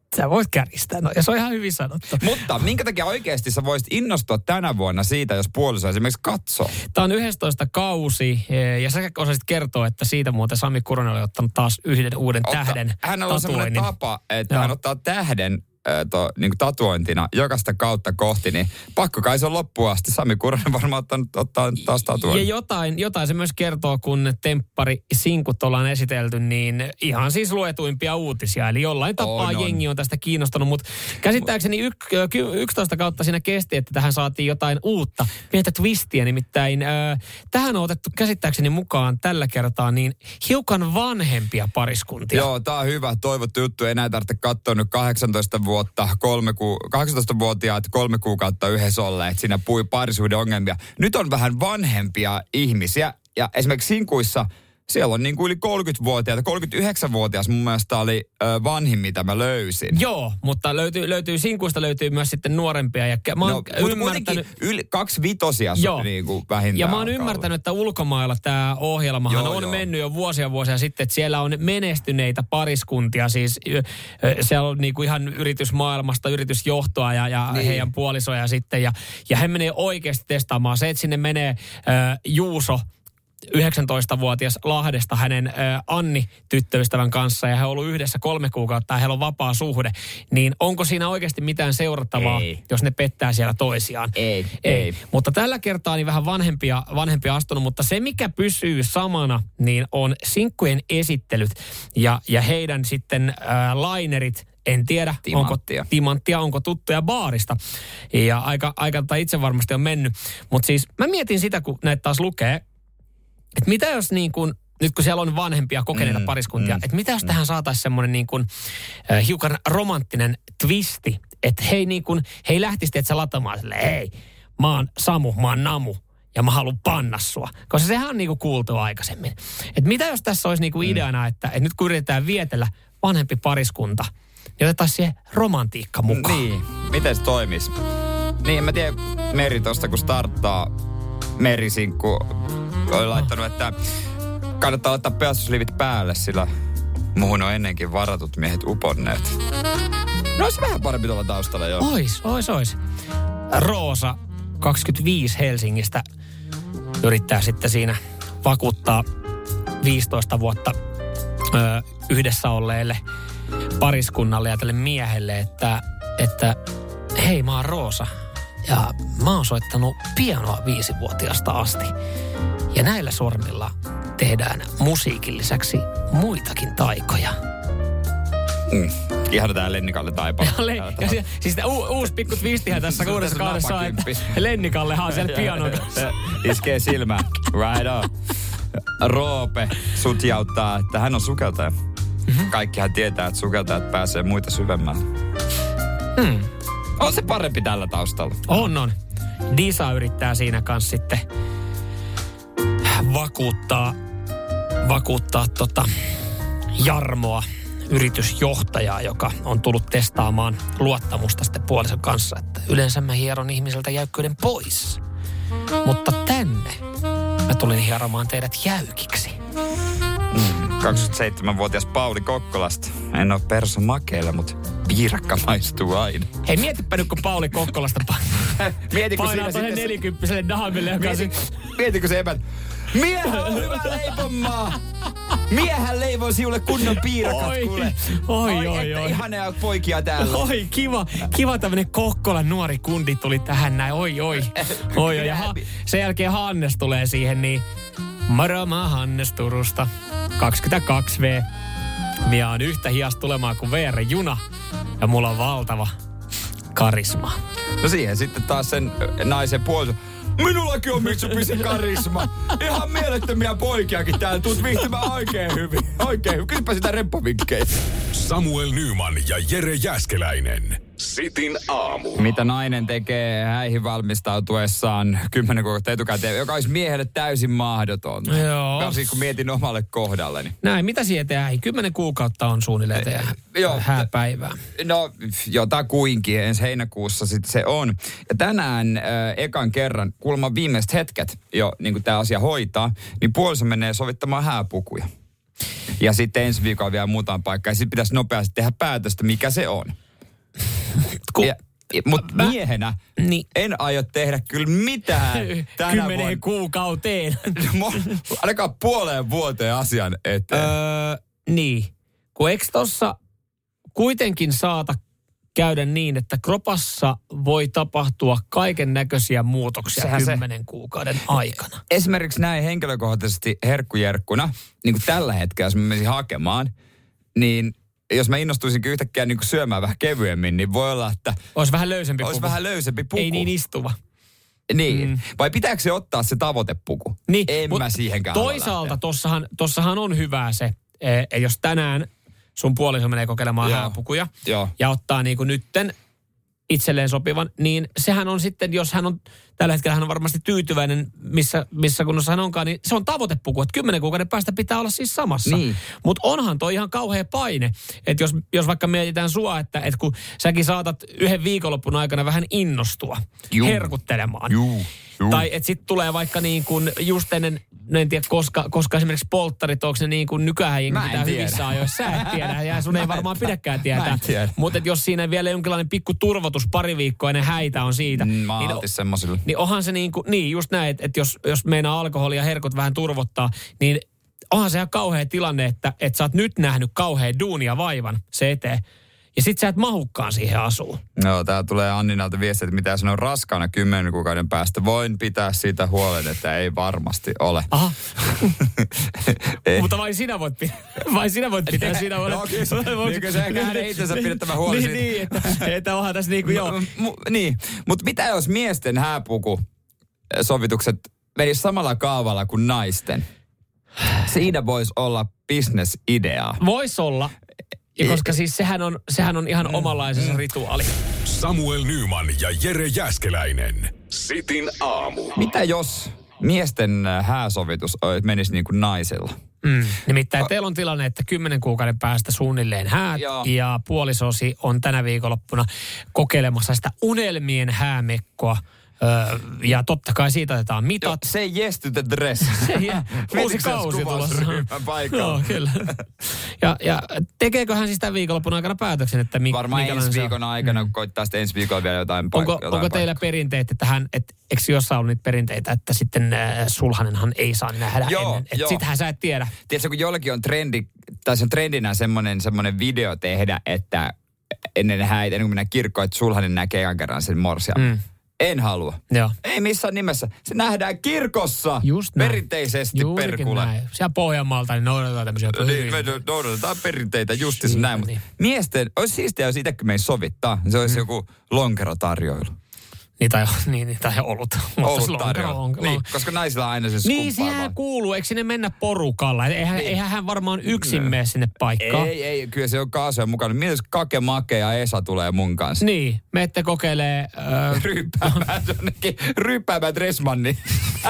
Speaker 5: Sä voit kärjistää, no ja se on ihan hyvin sanottu.
Speaker 4: Mutta minkä takia oikeasti sä voisit innostua tänä vuonna siitä, jos puoliso esimerkiksi katsoo?
Speaker 5: Tämä on yhdestoista kausi, ja sä osasit kertoa, että siitä muuten Sami Kuronen oli ottanut taas yhden uuden
Speaker 4: Otta,
Speaker 5: tähden
Speaker 4: hänellä on semmoinen
Speaker 5: tatuoinnin.
Speaker 4: tapa, että
Speaker 5: Joo.
Speaker 4: hän ottaa tähden To, niin kuin tatuointina jokaista kautta kohti, niin pakko kai se on loppuun asti. Sami Kuronen varmaan ottanut, ottaa taas tatuoinnin.
Speaker 5: Ja jotain, jotain se myös kertoo, kun temppari sinkut ollaan esitelty, niin ihan siis luetuimpia uutisia. Eli jollain tapaa
Speaker 4: On, on.
Speaker 5: jengi on tästä kiinnostunut, mutta käsittääkseni y- y- yksitoista kautta siinä kesti, että tähän saatiin jotain uutta, pientä twistiä. Nimittäin äh, tähän on otettu käsittääkseni mukaan tällä kertaa niin hiukan vanhempia pariskuntia.
Speaker 4: Joo, tää on hyvä, toivottu juttu. Ei näin tarvitse katsoa nyt kahdeksantoista vuotta, kolme ku, kahdeksantoistavuotiaat kolme kuukautta yhdessä olleet. Siinä pui parisuuden ongelmia. Nyt on vähän vanhempia ihmisiä ja esimerkiksi sinkuissa siellä on niin kuin yli kolmekymmentävuotiaita. kolmekymmentäyhdeksänvuotias mun mielestä oli ö, vanhin, mitä mä löysin.
Speaker 5: Joo, mutta löytyy, löytyy sinkuista löytyy myös sitten nuorempia. Ja mä oon
Speaker 4: No, mutta kuitenkin yli kaksi vitosia niin kuin vähintään.
Speaker 5: Ja mä oon ymmärtänyt, että ulkomailla tämä ohjelmahan
Speaker 4: joo,
Speaker 5: on
Speaker 4: joo.
Speaker 5: mennyt jo vuosia vuosia sitten, että siellä on menestyneitä pariskuntia. Siis siellä on niinku ihan yritysmaailmasta yritysjohtoa ja, ja niin. heidän puolisoja sitten. Ja, ja he menee oikeasti testaamaan. Se, että sinne menee äh, Juuso, yhdeksäntoistavuotias Lahdesta hänen ä, Anni-tyttöystävän kanssa ja he on ollut yhdessä kolme kuukautta ja heillä on vapaa suhde, niin onko siinä oikeasti mitään seurattavaa,
Speaker 4: ei.
Speaker 5: jos ne pettää siellä toisiaan?
Speaker 4: Ei,
Speaker 5: ei.
Speaker 4: ei.
Speaker 5: Mutta tällä kertaa niin vähän vanhempia, vanhempia astunut, mutta se mikä pysyy samana, niin on sinkkujen esittelyt ja, ja heidän sitten ä, lainerit. En tiedä,
Speaker 4: Timanttia.
Speaker 5: onko timanttia, onko tuttuja baarista. Ja aika, aika tai itse varmasti on mennyt. Mutta siis mä mietin sitä, kun näitä taas lukee, että mitä jos niin kuin, nyt kun siellä on vanhempia kokeneita
Speaker 4: Mm,
Speaker 5: pariskuntia,
Speaker 4: mm,
Speaker 5: että mitä jos
Speaker 4: mm.
Speaker 5: tähän saataisiin semmoinen niin kuin äh, hiukan romanttinen twisti, että hei niin kuin, hei lähtisi että sä latamaan silleen, hei, mä oon Samu, mä oon Namu ja mä haluan panna sua. Koska sehän on niin kuin kuultu aikaisemmin. Että mitä jos tässä olisi niin kuin ideana, että, että nyt kun yritetään vietellä vanhempi pariskunta, niin otetaan siihen romantiikka mukaan.
Speaker 4: Niin, miten se toimisi? Niin, mä tiedän, Meri tosta kun starttaa, Merisinkku oli laittanut, että kannattaa laittaa pelastuslivit päälle, sillä muuhun on ennenkin varatut miehet uponneet. No olisi vähän parempi tuolla taustalla, joo.
Speaker 5: Ois, ois, ois. Roosa, kaksikymmentäviisi Helsingistä, yrittää sitten siinä vakuuttaa viisitoista vuotta ö, yhdessä olleelle pariskunnalle ja tälle miehelle, että, että hei, mä oon Roosa ja mä oon soittanut pianoa viisivuotiaasta asti. Ja näillä sormilla tehdään musiikin lisäksi muitakin taikoja.
Speaker 4: Mm. Ihan tää Lennikalle Taipale.
Speaker 5: Ja le- ja se, siis tämä u- uusi pikku twistihän tässä kuudessa kaudessa on, että Lennikallehan on siellä pianon kanssa.
Speaker 4: Iskee silmään. Right on. Roope sutjauttaa, että hän on sukeltaja. Mm-hmm. Kaikkihan tietää, että sukeltajat pääsee muita syvemmälle.
Speaker 5: Hmm.
Speaker 4: On se parempi tällä taustalla.
Speaker 5: On, on. Disa yrittää siinä kanssa sitten vakuuttaa, vakuuttaa tota Jarmoa, yritysjohtajaa, joka on tullut testaamaan luottamusta sitten puolison kanssa, että yleensä mä hieron ihmiseltä jäykkyyden pois. Mutta tänne mä tulin hieromaan teidät jäykiksi.
Speaker 4: Mm. kaksikymmentäseitsemänvuotias Pauli Kokkolasta. En ole perso makeilla, mutta piirakka maistuu aina.
Speaker 5: Hei, mietipä nyt, kun Pauli Kokkolasta pa-
Speaker 4: Mietitkö
Speaker 5: painaa tuonne
Speaker 4: se...
Speaker 5: nelikymppiselle daamille, joka
Speaker 4: Mieti,
Speaker 5: sit...
Speaker 4: mietitkö se emät? Miehän on hyvä leipomaa! Miehän leivoo sinulle kunnon piirakat,
Speaker 5: Oi,
Speaker 4: kuule.
Speaker 5: oi, oi,
Speaker 4: että
Speaker 5: oi.
Speaker 4: Ihanaa poikia täällä.
Speaker 5: Oi, kiva, kiva tämmönen Kokkolan nuori kundi tuli tähän näin, oi, oi. Oi, oi. Ja ha- sen jälkeen Hannes tulee siihen, niin moro, mä Hannes Turusta, kaksikymmentäkaksi vuotta. Minä on yhtä hias tulemaan kuin V R-juna ja mulla on valtava karisma.
Speaker 4: No siihen sitten taas sen naisen puoliso. Minullakin on Mitsubishi karisma. Ihan mielettömiä poikiakin täällä. Tuut viihtymään oikein hyvin. Oikein hyvin. Kysypä sitä reppavinkkejä.
Speaker 3: Samuel Nyman ja Jere Jääskeläinen. Sitin aamu.
Speaker 4: Mitä nainen tekee häihin valmistautuessaan kymmenen kuukautta etukäteen, joka olisi miehelle täysin mahdotonta.
Speaker 5: Joo.
Speaker 4: Varsinkin kun mietin omalle kohdalleni.
Speaker 5: Näin, mitä siihen tehdään? Kymmenen kuukautta on suunnilleen tehdä
Speaker 4: Joo.
Speaker 5: hääpäivää.
Speaker 4: No, jotakuinkin. Ensi heinäkuussa sitten se on. Ja tänään äh, ekan kerran, kuulemma viimeiset hetket jo, niin kuin tämä asia hoitaa, niin puoliso menee sovittamaan hääpukuja. Ja sitten ensi viikolla vielä muutaman paikkaa. Ja sitten pitäisi nopeasti tehdä päätöstä, mikä se on.
Speaker 5: Ku,
Speaker 4: ja, Mutta miehenä niin. en aio tehdä kyllä mitään tänä
Speaker 5: Kymmeneen
Speaker 4: vuonna.
Speaker 5: kuukauteen.
Speaker 4: Ainakaan puoleen vuoteen asian eteen.
Speaker 5: Öö, niin. Kun eikö tossa kuitenkin saata käydä niin, että kropassa voi tapahtua kaiken näköisiä muutoksia Sehän kymmenen se. kuukauden aikana.
Speaker 4: Esimerkiksi näin henkilökohtaisesti herkkujerkkuna, niin kuin tällä hetkellä, jos mä menisin hakemaan, niin jos mä innostuisin yhtäkkiä niin kuin syömään vähän kevyemmin, niin voi olla, että
Speaker 5: olisi vähän löysempi
Speaker 4: olisi
Speaker 5: puku.
Speaker 4: vähän löysempi puku.
Speaker 5: Ei niin istuva.
Speaker 4: Niin. Mm. Vai pitääkö se ottaa se tavoitepuku?
Speaker 5: Niin,
Speaker 4: en mä siihenkään
Speaker 5: toisaalta tossahan, tossahan on hyvää se, että jos tänään sun puoliso menee kokeilemaan
Speaker 4: Joo.
Speaker 5: hääpukuja
Speaker 4: Joo.
Speaker 5: ja ottaa niinku nytten itselleen sopivan, niin sehän on sitten, jos hän on, tällä hetkellä hän on varmasti tyytyväinen, missä, missä kunnossa hän onkaan, niin se on tavoitepuku, että kymmenen kuukauden päästä pitää olla siis samassa.
Speaker 4: Niin.
Speaker 5: Mutta onhan toi ihan kauhea paine, että jos, jos vaikka mietitään sua, että, että kun säkin saatat yhden viikonloppun aikana vähän innostua
Speaker 4: Juu.
Speaker 5: herkuttelemaan.
Speaker 4: Juu. Juu.
Speaker 5: Tai että sitten tulee vaikka niin kuin just ennen, en tiedä koska, koska esimerkiksi polttarit, onko ne niin kuin nykyään jengi pitää
Speaker 4: tiedä.
Speaker 5: hyvissä ajoissa. Sä et tiedä ja sun ei varmaan pidäkään tietää. Mutta jos siinä vielä jonkinlainen pikku turvotus pari viikkoa ennen häitä on siitä.
Speaker 4: Mm, mä
Speaker 5: niin,
Speaker 4: altis semmosille.
Speaker 5: niin onhan se niin kuin, niin just näin, että, että jos, jos meinaa alkoholia herkut vähän turvottaa, niin onhan se ihan kauhea tilanne, että, että sä oot nyt nähnyt kauhean duunia vaivan se eteen. Ja sit sä et mahukkaan siihen asuun.
Speaker 4: Joo, tää tulee Anninalta viesti, että mitä sanoo raskaana kymmenen kuukauden päästä. Voin pitää siitä huolen, että ei varmasti ole.
Speaker 5: Aha. Mutta vain sinä voit pitää, vai sinä voit pitää siinä huolen.
Speaker 4: No kyllä, niin kyllä se ehkä hänen itsensä pidettävä huoli
Speaker 5: niin, niin, että, että onhan tässä niinku joo.
Speaker 4: M- m- niin, mutta mitä jos miesten hääpuku sovitukset menis samalla kaavalla kuin naisten? Siinä voisi olla business-ideaa.
Speaker 5: Vois olla. Ja koska siis sehän on, sehän on ihan omanlaisensa rituaali.
Speaker 3: Samuel Nyman ja Jere Jääskeläinen. Sitin aamu.
Speaker 4: Mitä jos miesten hääsovitus menisi niin kuin naisilla?
Speaker 5: Mm. Nimittäin teillä on tilanne, että kymmenen kuukauden päästä suunnilleen häät
Speaker 4: Joo.
Speaker 5: ja puolisosi on tänä viikonloppuna kokeilemassa sitä unelmien häämekkoa. Öö, ja totta kai siitä otetaan mitat.
Speaker 4: Say yes to the dress.
Speaker 5: Uusi kausi tulossa.
Speaker 4: Paikalla.
Speaker 5: Joo, kyllä. Ja, ja tekeekö hän siis tämän viikonlopun aikana päätöksen, että mi,
Speaker 4: varmaan ensi
Speaker 5: se
Speaker 4: viikon aikana, kun koittaa sitten ensi viikolla vielä jotain
Speaker 5: Onko,
Speaker 4: paikkaa.
Speaker 5: onko teillä perinteet, että hän, et, eikö jossain ollut niitä perinteitä, että sitten äh, sulhanenhan ei saa nähdä
Speaker 4: Joo,
Speaker 5: ennen. Että
Speaker 4: joo.
Speaker 5: sitähän sä et tiedä.
Speaker 4: Tiedätkö, kun jollakin on trendi, tai se on trendinä semmoinen, semmoinen video tehdä, että ennen häitä, ennen kuin mennään kirkkoon, että sulhanen näkee ekan kerran sen morsian. Mm. En halua.
Speaker 5: Joo.
Speaker 4: Ei missään nimessä. Se nähdään kirkossa.
Speaker 5: Just näin.
Speaker 4: Perinteisesti
Speaker 5: Juurikin
Speaker 4: perkule.
Speaker 5: näin. Siellä Pohjanmaalta niin noudatetaan tämmöisiä.
Speaker 4: Niin, me noudatetaan perinteitä justiinsa
Speaker 5: Siitä,
Speaker 4: näin. Mutta
Speaker 5: niin.
Speaker 4: miesten, olisi siistiä, jos itsekin meidän sovittaa. Se olisi mm. joku lonkerotarjoilu.
Speaker 5: Niin, tai, niin, niin, tai olut.
Speaker 4: Ollut tarjolla. Niin, koska naisilla on aina se
Speaker 5: Niin, siihen kuuluu. Eikö sinne mennä porukalla? Eihän, niin. eihän hän varmaan yksin mene sinne paikkaan.
Speaker 4: Ei, ei. Kyllä se on kaasuja mukana. Mietin, jos Kake, Make ja Esa tulee mun kanssa.
Speaker 5: Niin, me ette kokeilee... Äh...
Speaker 4: Ryppäämään jonnekin. Ryppäämään Dressmanni.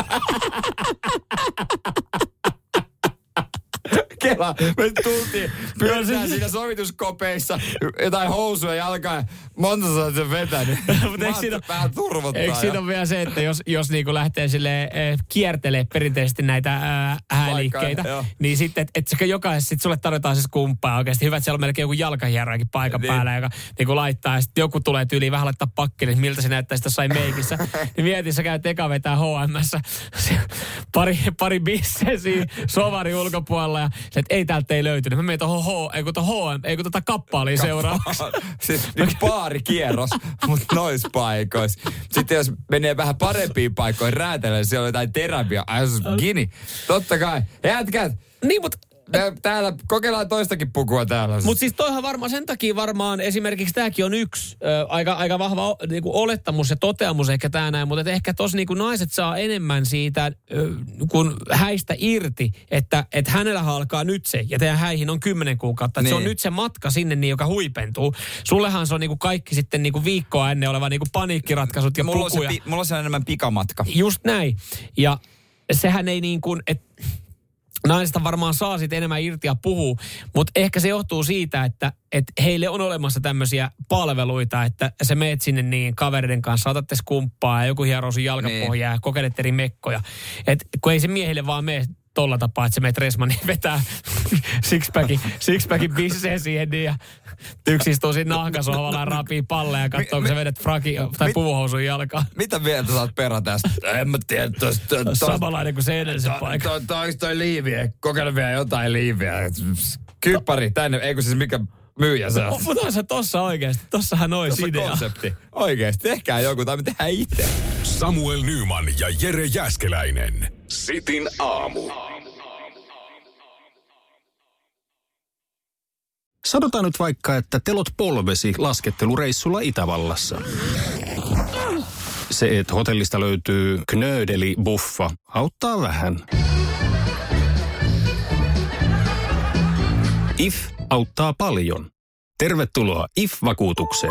Speaker 4: Kela, me tultiin, pyöritään siinä sovituskopeissa, jotain housuja jalkaan, monta sä oot sen vetänyt.
Speaker 5: Mutta eikö siinä,
Speaker 4: vähän turvottaa.
Speaker 5: eikö siinä ole vielä se, että jos, jos niinku lähtee silleen, eh, kiertelee perinteisesti näitä äh, hääliikkeitä,
Speaker 4: Paikka,
Speaker 5: niin sitten, että et jokaisessa sit sulle tarjotaan se skumppaa oikeasti. Hyvä, että siellä on melkein joku jalkahierrakin paikan niin. päällä, joka niinku laittaa, ja sitten joku tulee tyyliin vähän laittaa pakkille, että miltä se näyttää sitä jossain meikissä. Niin mietin, sä käyt eka vetää H M:ssä pari, pari bisseä siinä sovari ulkopuolella, ja se, että ei täältä ei löytynyt. Mä menin tuohon H, ei kun tuohon H M, ei kun tota kappaaliin seuraavaksi.
Speaker 4: Siis niin baarikierros, mutta noissa paikoissa. Sitten jos menee vähän parempiin paikoihin räätälleen, siellä on jotain terapiaa. Ai se on gini. Totta kai. Jätkät.
Speaker 5: Niin, mutta...
Speaker 4: Täällä kokeillaan toistakin pukua täällä.
Speaker 5: Mutta siis toihan varmaan, sen takia varmaan esimerkiksi tämäkin on yksi ö, aika, aika vahva niinku olettamus ja toteamus ehkä tää näin, mutta ehkä tossa niinku naiset saa enemmän siitä ö, kun häistä irti, että et hänellä alkaa nyt se, ja teidän häihin on kymmenen kuukautta, että niin. Se on nyt se matka sinne, niin, joka huipentuu. Sullehan se on niinku kaikki sitten niinku viikkoa ennen oleva niinku paniikkiratkaisut ja
Speaker 4: mulla
Speaker 5: pukuja.
Speaker 4: On se, mulla on se enemmän pikamatka.
Speaker 5: Just näin. Ja sehän ei niin kuin, että naisista varmaan saa sitten enemmän irti ja puhuu, mutta ehkä se johtuu siitä, että, että heille on olemassa tämmöisiä palveluita, että sä meet sinne niin kavereiden kanssa, otatte skumppaa ja joku hieroo sun jalkapohjaa niin. Ja kokeilet eri mekkoja. Et kun ei se miehille vaan mene tolla tapaa, että se meet Resmaniin vetää sixpackin, sixpackin bisseen siihen niin, ja yksi istuu siinä nahkasohvalla ja rapii palleja ja katsoo, kun sä vedät fraki tai puvuhousun jalkaan.
Speaker 4: Mitä mieltä sä oot Pera tästä? En mä tiedä, tosta...
Speaker 5: Samanlainen kuin se edellisen paikka.
Speaker 4: Toi, toi, toi liiviä, kokeile vielä jotain liiviä. Kyppari, tänne, eikö siis mikä myyjä se on?
Speaker 5: Mutta se tossa oikeesti, tossahan ois idea.
Speaker 4: Tossa konsepti. Oikeesti, tehkää joku tai me tehdään itse.
Speaker 3: Samuel Nyman ja Jere Jääskeläinen. Sitin aamu.
Speaker 2: Sanotaan nyt vaikka, että telot polvesi laskettelureissulla Itävallassa. Se, että hotellista löytyy knöydeli-buffa, auttaa vähän. I F auttaa paljon. Tervetuloa I F-vakuutukseen.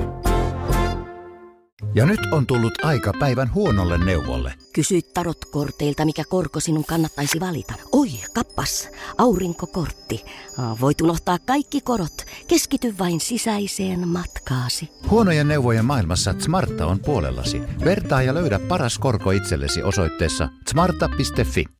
Speaker 6: Ja nyt on tullut aika päivän huonolle neuvolle.
Speaker 8: Kysy tarotkorteilta, mikä korko sinun kannattaisi valita. Oi, kappas, aurinkokortti. Voit unohtaa kaikki korot. Keskity vain sisäiseen matkaasi.
Speaker 6: Huonojen neuvojen maailmassa Smarta on puolellasi. Vertaa ja löydä paras korko itsellesi osoitteessa smarta piste fi.